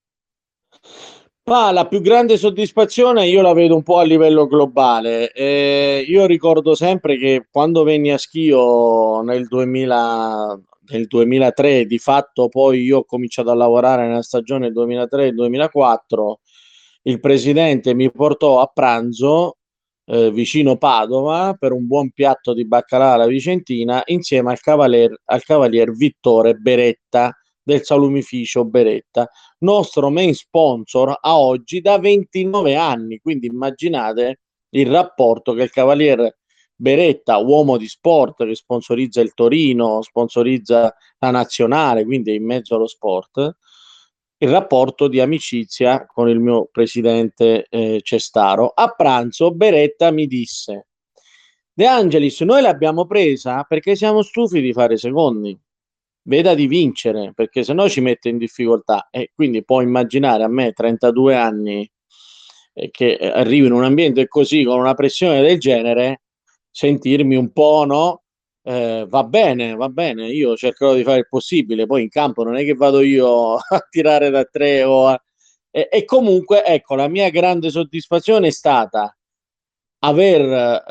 Ma la più grande soddisfazione io la vedo un po' a livello globale. Io ricordo sempre che quando venni a Schio nel 2003, di fatto poi io ho cominciato a lavorare nella stagione 2003-2004, il presidente mi portò a pranzo vicino Padova per un buon piatto di baccalà alla Vicentina, insieme al cavalier Vittore Beretta del salumificio Beretta, nostro main sponsor a oggi da 29 anni. Quindi immaginate il rapporto che il Cavalier Beretta, uomo di sport che sponsorizza il Torino, sponsorizza la nazionale, quindi è in mezzo allo sport, il rapporto di amicizia con il mio presidente Cestaro. A pranzo Beretta mi disse: De Angelis, noi l'abbiamo presa perché siamo stufi di fare secondi, veda di vincere, perché sennò ci mette in difficoltà. E quindi può immaginare a me, 32 anni, che arrivo in un ambiente così, con una pressione del genere, sentirmi un po', no? Va bene, io cercherò di fare il possibile, poi in campo non è che vado io a tirare da tre e comunque, ecco, la mia grande soddisfazione è stata aver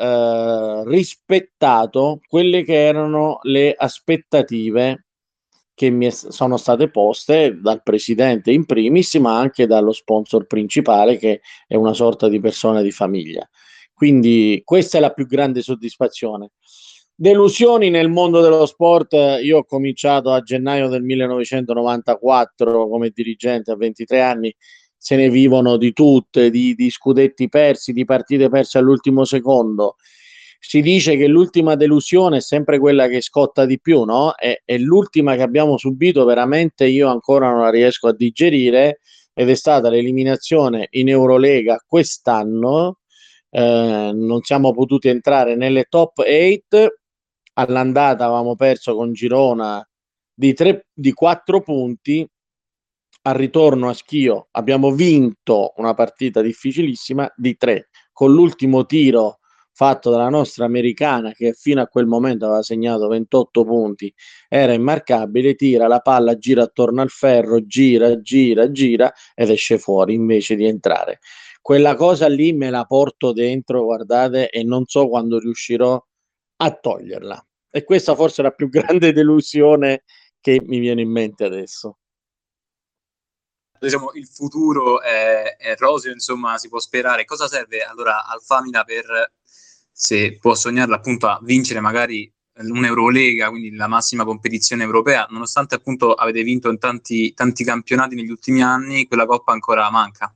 rispettato quelle che erano le aspettative che sono state poste dal presidente in primis, ma anche dallo sponsor principale, che è una sorta di persona di famiglia. Quindi questa è la più grande soddisfazione. Delusioni nel mondo dello sport, io ho cominciato a gennaio del 1994 come dirigente a 23 anni, se ne vivono di tutte, di scudetti persi, di partite perse all'ultimo secondo. Si dice che l'ultima delusione è sempre quella che scotta di più, no? E l'ultima che abbiamo subito veramente io ancora non la riesco a digerire, ed è stata l'eliminazione in Eurolega quest'anno. Non siamo potuti entrare nelle top 8. All'andata avevamo perso con Girona di 4 punti. Al ritorno a Schio abbiamo vinto una partita difficilissima di 3, con l'ultimo tiro fatto dalla nostra americana, che fino a quel momento aveva segnato 28 punti, era immarcabile, tira la palla, gira attorno al ferro, gira ed esce fuori invece di entrare. Quella cosa lì me la porto dentro, guardate, e non so quando riuscirò a toglierla. E questa forse è la più grande delusione che mi viene in mente adesso. Diciamo, il futuro è roseo, insomma, si può sperare. Cosa serve allora al Famila per, se può sognarla, appunto, a vincere magari un'Eurolega, quindi la massima competizione europea, nonostante appunto avete vinto in tanti campionati negli ultimi anni, quella coppa ancora manca.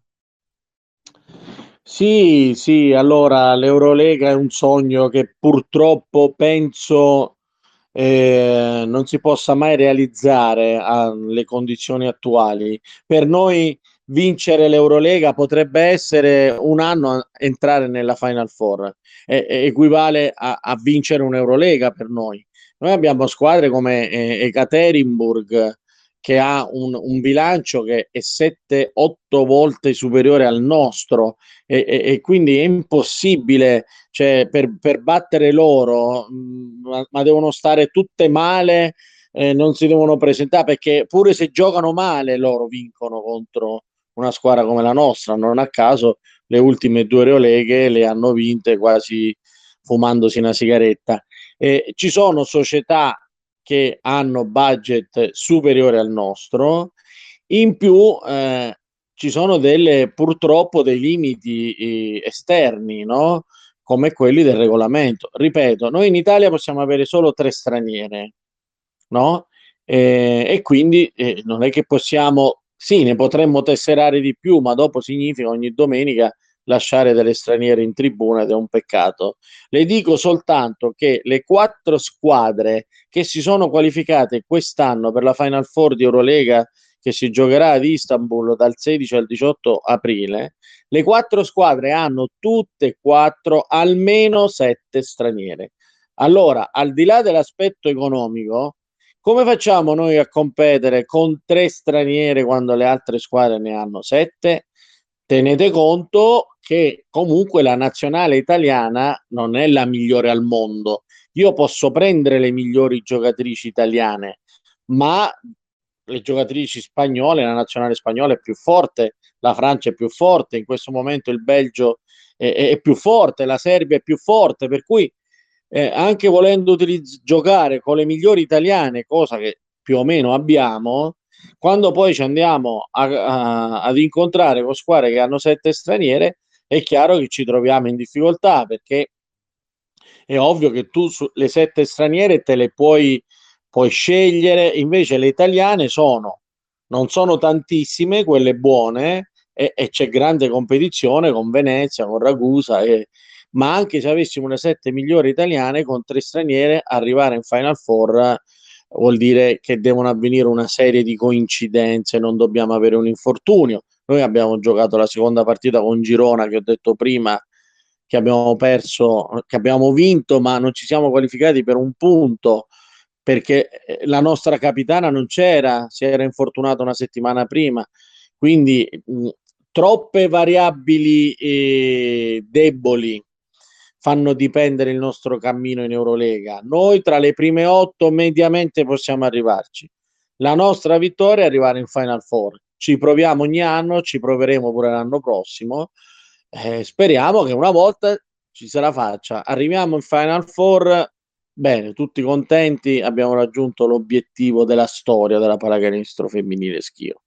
Sì, sì, allora l'Eurolega è un sogno che purtroppo penso non si possa mai realizzare alle condizioni attuali. Per noi vincere l'Eurolega potrebbe essere un anno a entrare nella Final Four, equivale a vincere un'Eurolega per noi. Noi abbiamo squadre come Ekaterinburg, che ha un bilancio che è 7-8 volte superiore al nostro, e quindi è impossibile, cioè, per battere loro, ma devono stare tutte male, non si devono presentare, perché pure se giocano male loro vincono contro una squadra come la nostra. Non a caso le ultime 2 Euroleghe le hanno vinte quasi fumandosi una sigaretta. Ci sono società che hanno budget superiore al nostro, in più ci sono purtroppo dei limiti esterni, no? Come quelli del regolamento. Ripeto, noi in Italia possiamo avere solo 3 straniere, no? E quindi non è che possiamo, sì, ne potremmo tesserare di più, ma dopo significa ogni domenica lasciare delle straniere in tribuna, ed è un peccato. Le dico soltanto che le 4 squadre che si sono qualificate quest'anno per la Final Four di Eurolega, che si giocherà ad Istanbul dal 16 al 18 aprile, le 4 squadre hanno tutte e 4 almeno 7 straniere. Allora, al di là dell'aspetto economico, come facciamo noi a competere con 3 straniere quando le altre squadre ne hanno 7? Tenete conto che comunque la nazionale italiana non è la migliore al mondo. Io posso prendere le migliori giocatrici italiane, ma le giocatrici spagnole, la nazionale spagnola è più forte, la Francia è più forte, in questo momento il Belgio è più forte, la Serbia è più forte, per cui anche volendo giocare con le migliori italiane, cosa che più o meno abbiamo, quando poi ci andiamo ad incontrare con squadre che hanno 7 straniere, è chiaro che ci troviamo in difficoltà, perché è ovvio che tu le 7 straniere te le puoi scegliere, invece le italiane non sono tantissime quelle buone, e c'è grande competizione con Venezia, con Ragusa, ma anche se avessimo le 7 migliori italiane con 3 straniere, arrivare in Final Four vuol dire che devono avvenire una serie di coincidenze, non dobbiamo avere un infortunio. Noi abbiamo giocato la seconda partita con Girona, che ho detto prima, che abbiamo perso, che abbiamo vinto, ma non ci siamo qualificati per un punto perché la nostra capitana non c'era, si era infortunata una settimana prima, quindi troppe variabili deboli fanno dipendere il nostro cammino in Eurolega. Noi tra le prime 8 mediamente possiamo arrivarci. La nostra vittoria è arrivare in Final Four. Ci proviamo ogni anno, ci proveremo pure l'anno prossimo. Speriamo che una volta ci se la faccia. Arriviamo in Final Four, bene, tutti contenti, abbiamo raggiunto l'obiettivo della storia della pallacanestro femminile schio.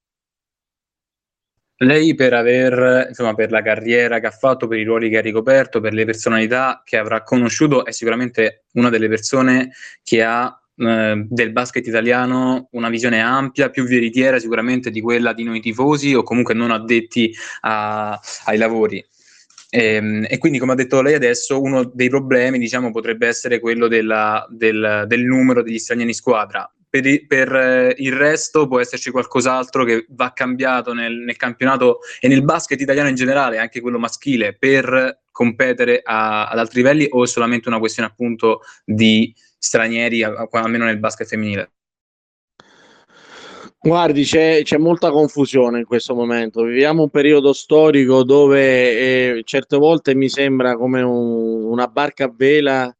Lei per aver, insomma, per la carriera che ha fatto, per i ruoli che ha ricoperto, per le personalità che avrà conosciuto, è sicuramente una delle persone che ha del basket italiano una visione ampia, più veritiera sicuramente di quella di noi tifosi o comunque non addetti ai lavori. E quindi, come ha detto lei adesso, uno dei problemi, diciamo, potrebbe essere quello del numero degli stranieri in squadra. Per il resto può esserci qualcos'altro che va cambiato nel campionato e nel basket italiano in generale, anche quello maschile, per competere ad altri livelli, o è solamente una questione appunto di stranieri, almeno nel basket femminile? Guardi, c'è molta confusione in questo momento. Viviamo un periodo storico dove certe volte mi sembra come una barca a vela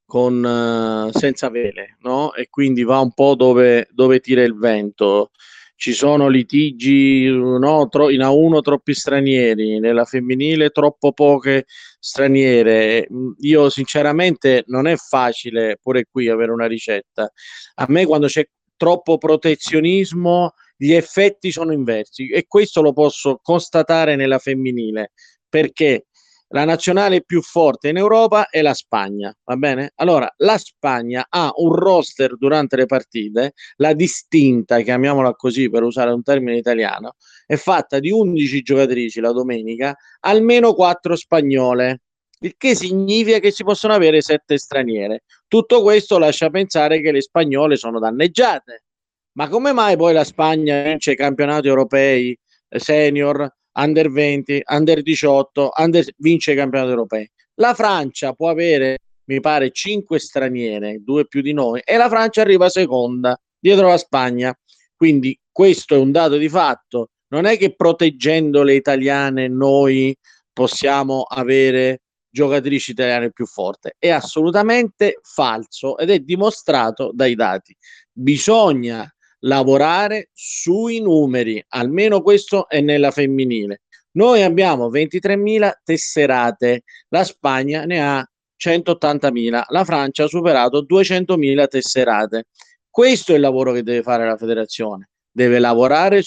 senza vele, no? E quindi va un po' dove tira il vento. Ci sono litigi, no? In A1 troppi stranieri, nella femminile troppo poche straniere. Io sinceramente non è facile pure qui avere una ricetta. A me quando c'è troppo protezionismo, gli effetti sono inversi e questo lo posso constatare nella femminile perché la nazionale più forte in Europa è la Spagna, va bene? Allora, la Spagna ha un roster durante le partite, la distinta, chiamiamola così per usare un termine italiano, è fatta di 11 giocatrici la domenica, almeno 4 spagnole, il che significa che si possono avere 7 straniere. Tutto questo lascia pensare che le spagnole sono danneggiate. Ma come mai poi la Spagna vince i campionati europei senior, under 20, under 18, vince i campionati europei? La Francia può avere, mi pare, 5 straniere, 2 più di noi, e la Francia arriva seconda dietro la Spagna. Quindi questo è un dato di fatto. Non è che proteggendo le italiane noi possiamo avere giocatrici italiane più forti. È assolutamente falso ed è dimostrato dai dati. Bisogna lavorare sui numeri, almeno questo è nella femminile. Noi abbiamo 23.000 tesserate, la Spagna ne ha 180.000, la Francia ha superato 200.000 tesserate. Questo è il lavoro che deve fare la federazione, deve lavorare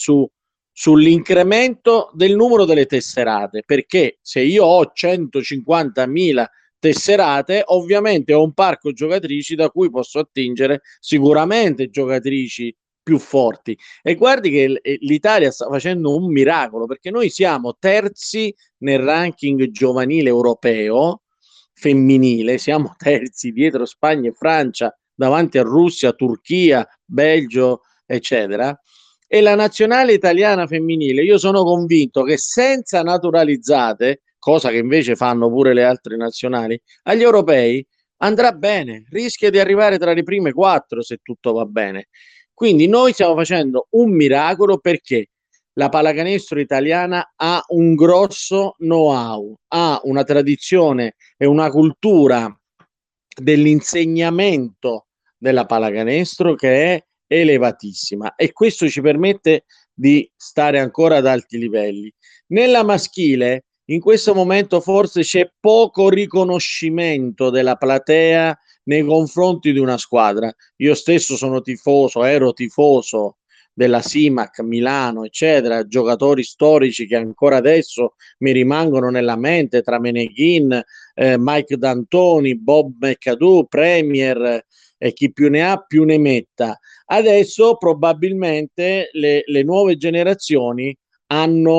sull'incremento del numero delle tesserate, perché se io ho 150.000 tesserate, ovviamente ho un parco giocatrici da cui posso attingere sicuramente giocatrici più forti. E guardi che l'Italia sta facendo un miracolo perché noi siamo terzi nel ranking giovanile europeo femminile, siamo terzi dietro Spagna e Francia, davanti a Russia, Turchia, Belgio, eccetera. E la nazionale italiana femminile, io sono convinto che senza naturalizzate, cosa che invece fanno pure le altre nazionali, agli europei andrà bene, rischia di arrivare tra le prime 4 se tutto va bene. Quindi noi stiamo facendo un miracolo perché la pallacanestro italiana ha un grosso know-how, ha una tradizione e una cultura dell'insegnamento della pallacanestro che è elevatissima e questo ci permette di stare ancora ad alti livelli. Nella maschile in questo momento forse c'è poco riconoscimento della platea nei confronti di una squadra. Io stesso sono tifoso, ero tifoso della Simac Milano, eccetera, giocatori storici che ancora adesso mi rimangono nella mente tra Meneghin, Mike D'Antoni, Bob McAdoo, Premier e chi più ne ha più ne metta. Adesso probabilmente le nuove generazioni hanno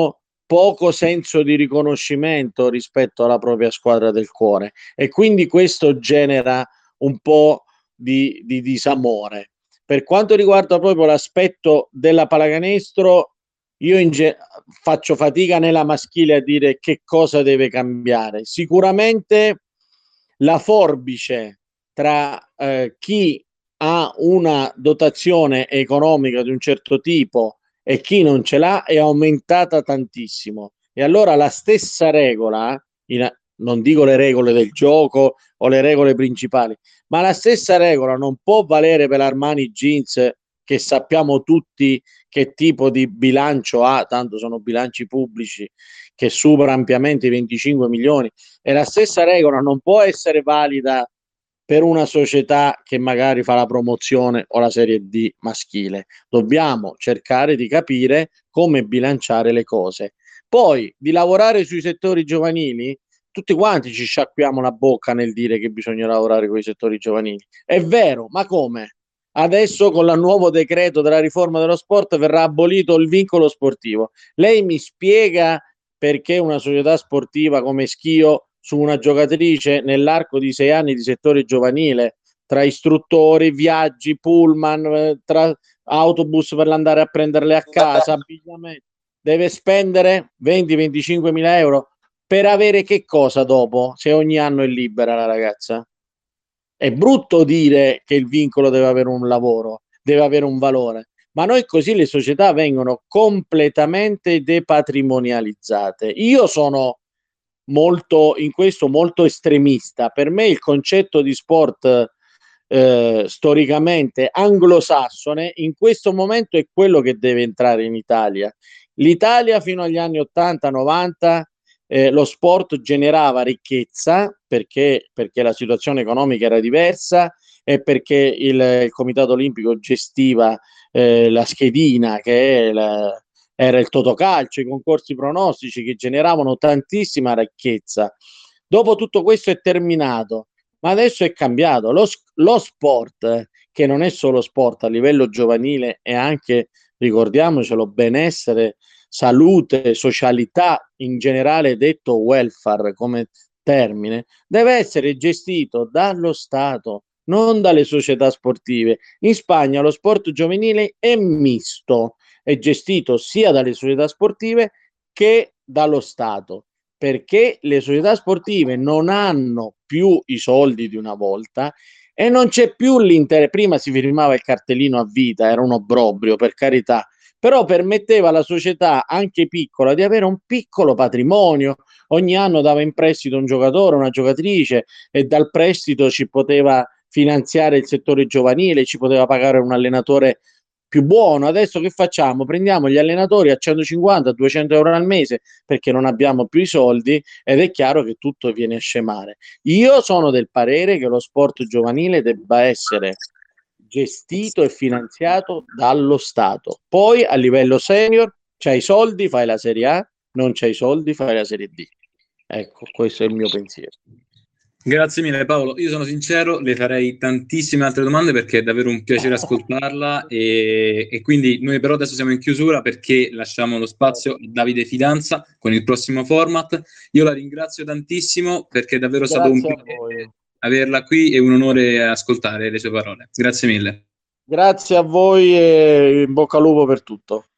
poco senso di riconoscimento rispetto alla propria squadra del cuore, e quindi questo genera un po' di disamore. Per quanto riguarda proprio l'aspetto della pallacanestro, io faccio fatica nella maschile a dire che cosa deve cambiare. Sicuramente la forbice tra chi ha una dotazione economica di un certo tipo e chi non ce l'ha è aumentata tantissimo. E allora la stessa regola, non dico le regole del gioco o le regole principali, ma la stessa regola non può valere per l'Armani Jeans, che sappiamo tutti che tipo di bilancio ha, tanto sono bilanci pubblici che supera ampiamente i 25 milioni, e la stessa regola non può essere valida per una società che magari fa la promozione o la Serie D maschile. Dobbiamo cercare di capire come bilanciare le cose. Poi di lavorare sui settori giovanili, tutti quanti ci sciacquiamo la bocca nel dire che bisogna lavorare con i settori giovanili. È vero, ma come? Adesso con il nuovo decreto della riforma dello sport verrà abolito il vincolo sportivo. Lei mi spiega perché una società sportiva come Schio su una giocatrice nell'arco di 6 anni di settore giovanile, tra istruttori, viaggi, pullman, tra autobus per andare a prenderle a casa, abbigliamento, deve spendere 20-25 mila euro per avere che cosa dopo, se ogni anno è libera la ragazza? È brutto dire che il vincolo deve avere un lavoro, deve avere un valore, ma noi così le società vengono completamente depatrimonializzate. Io sono molto in questo molto estremista. Per me il concetto di sport storicamente anglosassone in questo momento è quello che deve entrare in Italia. L'Italia fino agli anni 80-90 lo sport generava ricchezza perché la situazione economica era diversa e perché il Comitato Olimpico gestiva la schedina che è era il Totocalcio, i concorsi pronostici che generavano tantissima ricchezza. Dopo tutto questo è terminato, ma adesso è cambiato. Lo sport, che non è solo sport a livello giovanile, è anche, ricordiamocelo, benessere, salute, socialità, in generale detto welfare come termine, deve essere gestito dallo Stato, non dalle società sportive. In Spagna lo sport giovanile è misto, è gestito sia dalle società sportive che dallo Stato, perché le società sportive non hanno più i soldi di una volta e non c'è più l'interesse. Prima si firmava il cartellino a vita, era un obbrobrio, per carità, però permetteva alla società anche piccola di avere un piccolo patrimonio. Ogni anno dava in prestito un giocatore, una giocatrice, e dal prestito ci poteva finanziare il settore giovanile, ci poteva pagare un allenatore più buono. Adesso che facciamo? Prendiamo gli allenatori a 150-200 euro al mese perché non abbiamo più i soldi, ed è chiaro che tutto viene a scemare. Io sono del parere che lo sport giovanile debba essere gestito e finanziato dallo Stato. Poi a livello senior c'hai i soldi, fai la Serie A, non c'hai i soldi, fai la Serie D. Ecco, questo è il mio pensiero. Grazie mille Paolo, io sono sincero, le farei tantissime altre domande perché è davvero un piacere ascoltarla e quindi noi però adesso siamo in chiusura perché lasciamo lo spazio a Davide Fidanza con il prossimo format. Io la ringrazio tantissimo perché è davvero stato un piacere averla qui e un onore ascoltare le sue parole. Grazie mille. Grazie a voi e in bocca al lupo per tutto.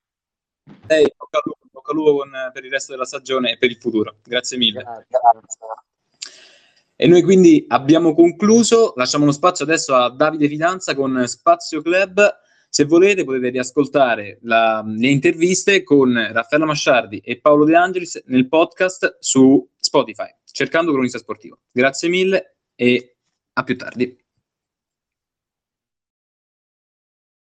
Bocca al lupo per il resto della stagione e per il futuro. Grazie mille. Grazie. E noi quindi abbiamo concluso, lasciamo lo spazio adesso a Davide Fidanza con Spazio Club. Se volete potete riascoltare le interviste con Raffaella Masciardi e Paolo De Angelis nel podcast su Spotify, cercando Cronista Sportivo. Grazie mille e a più tardi.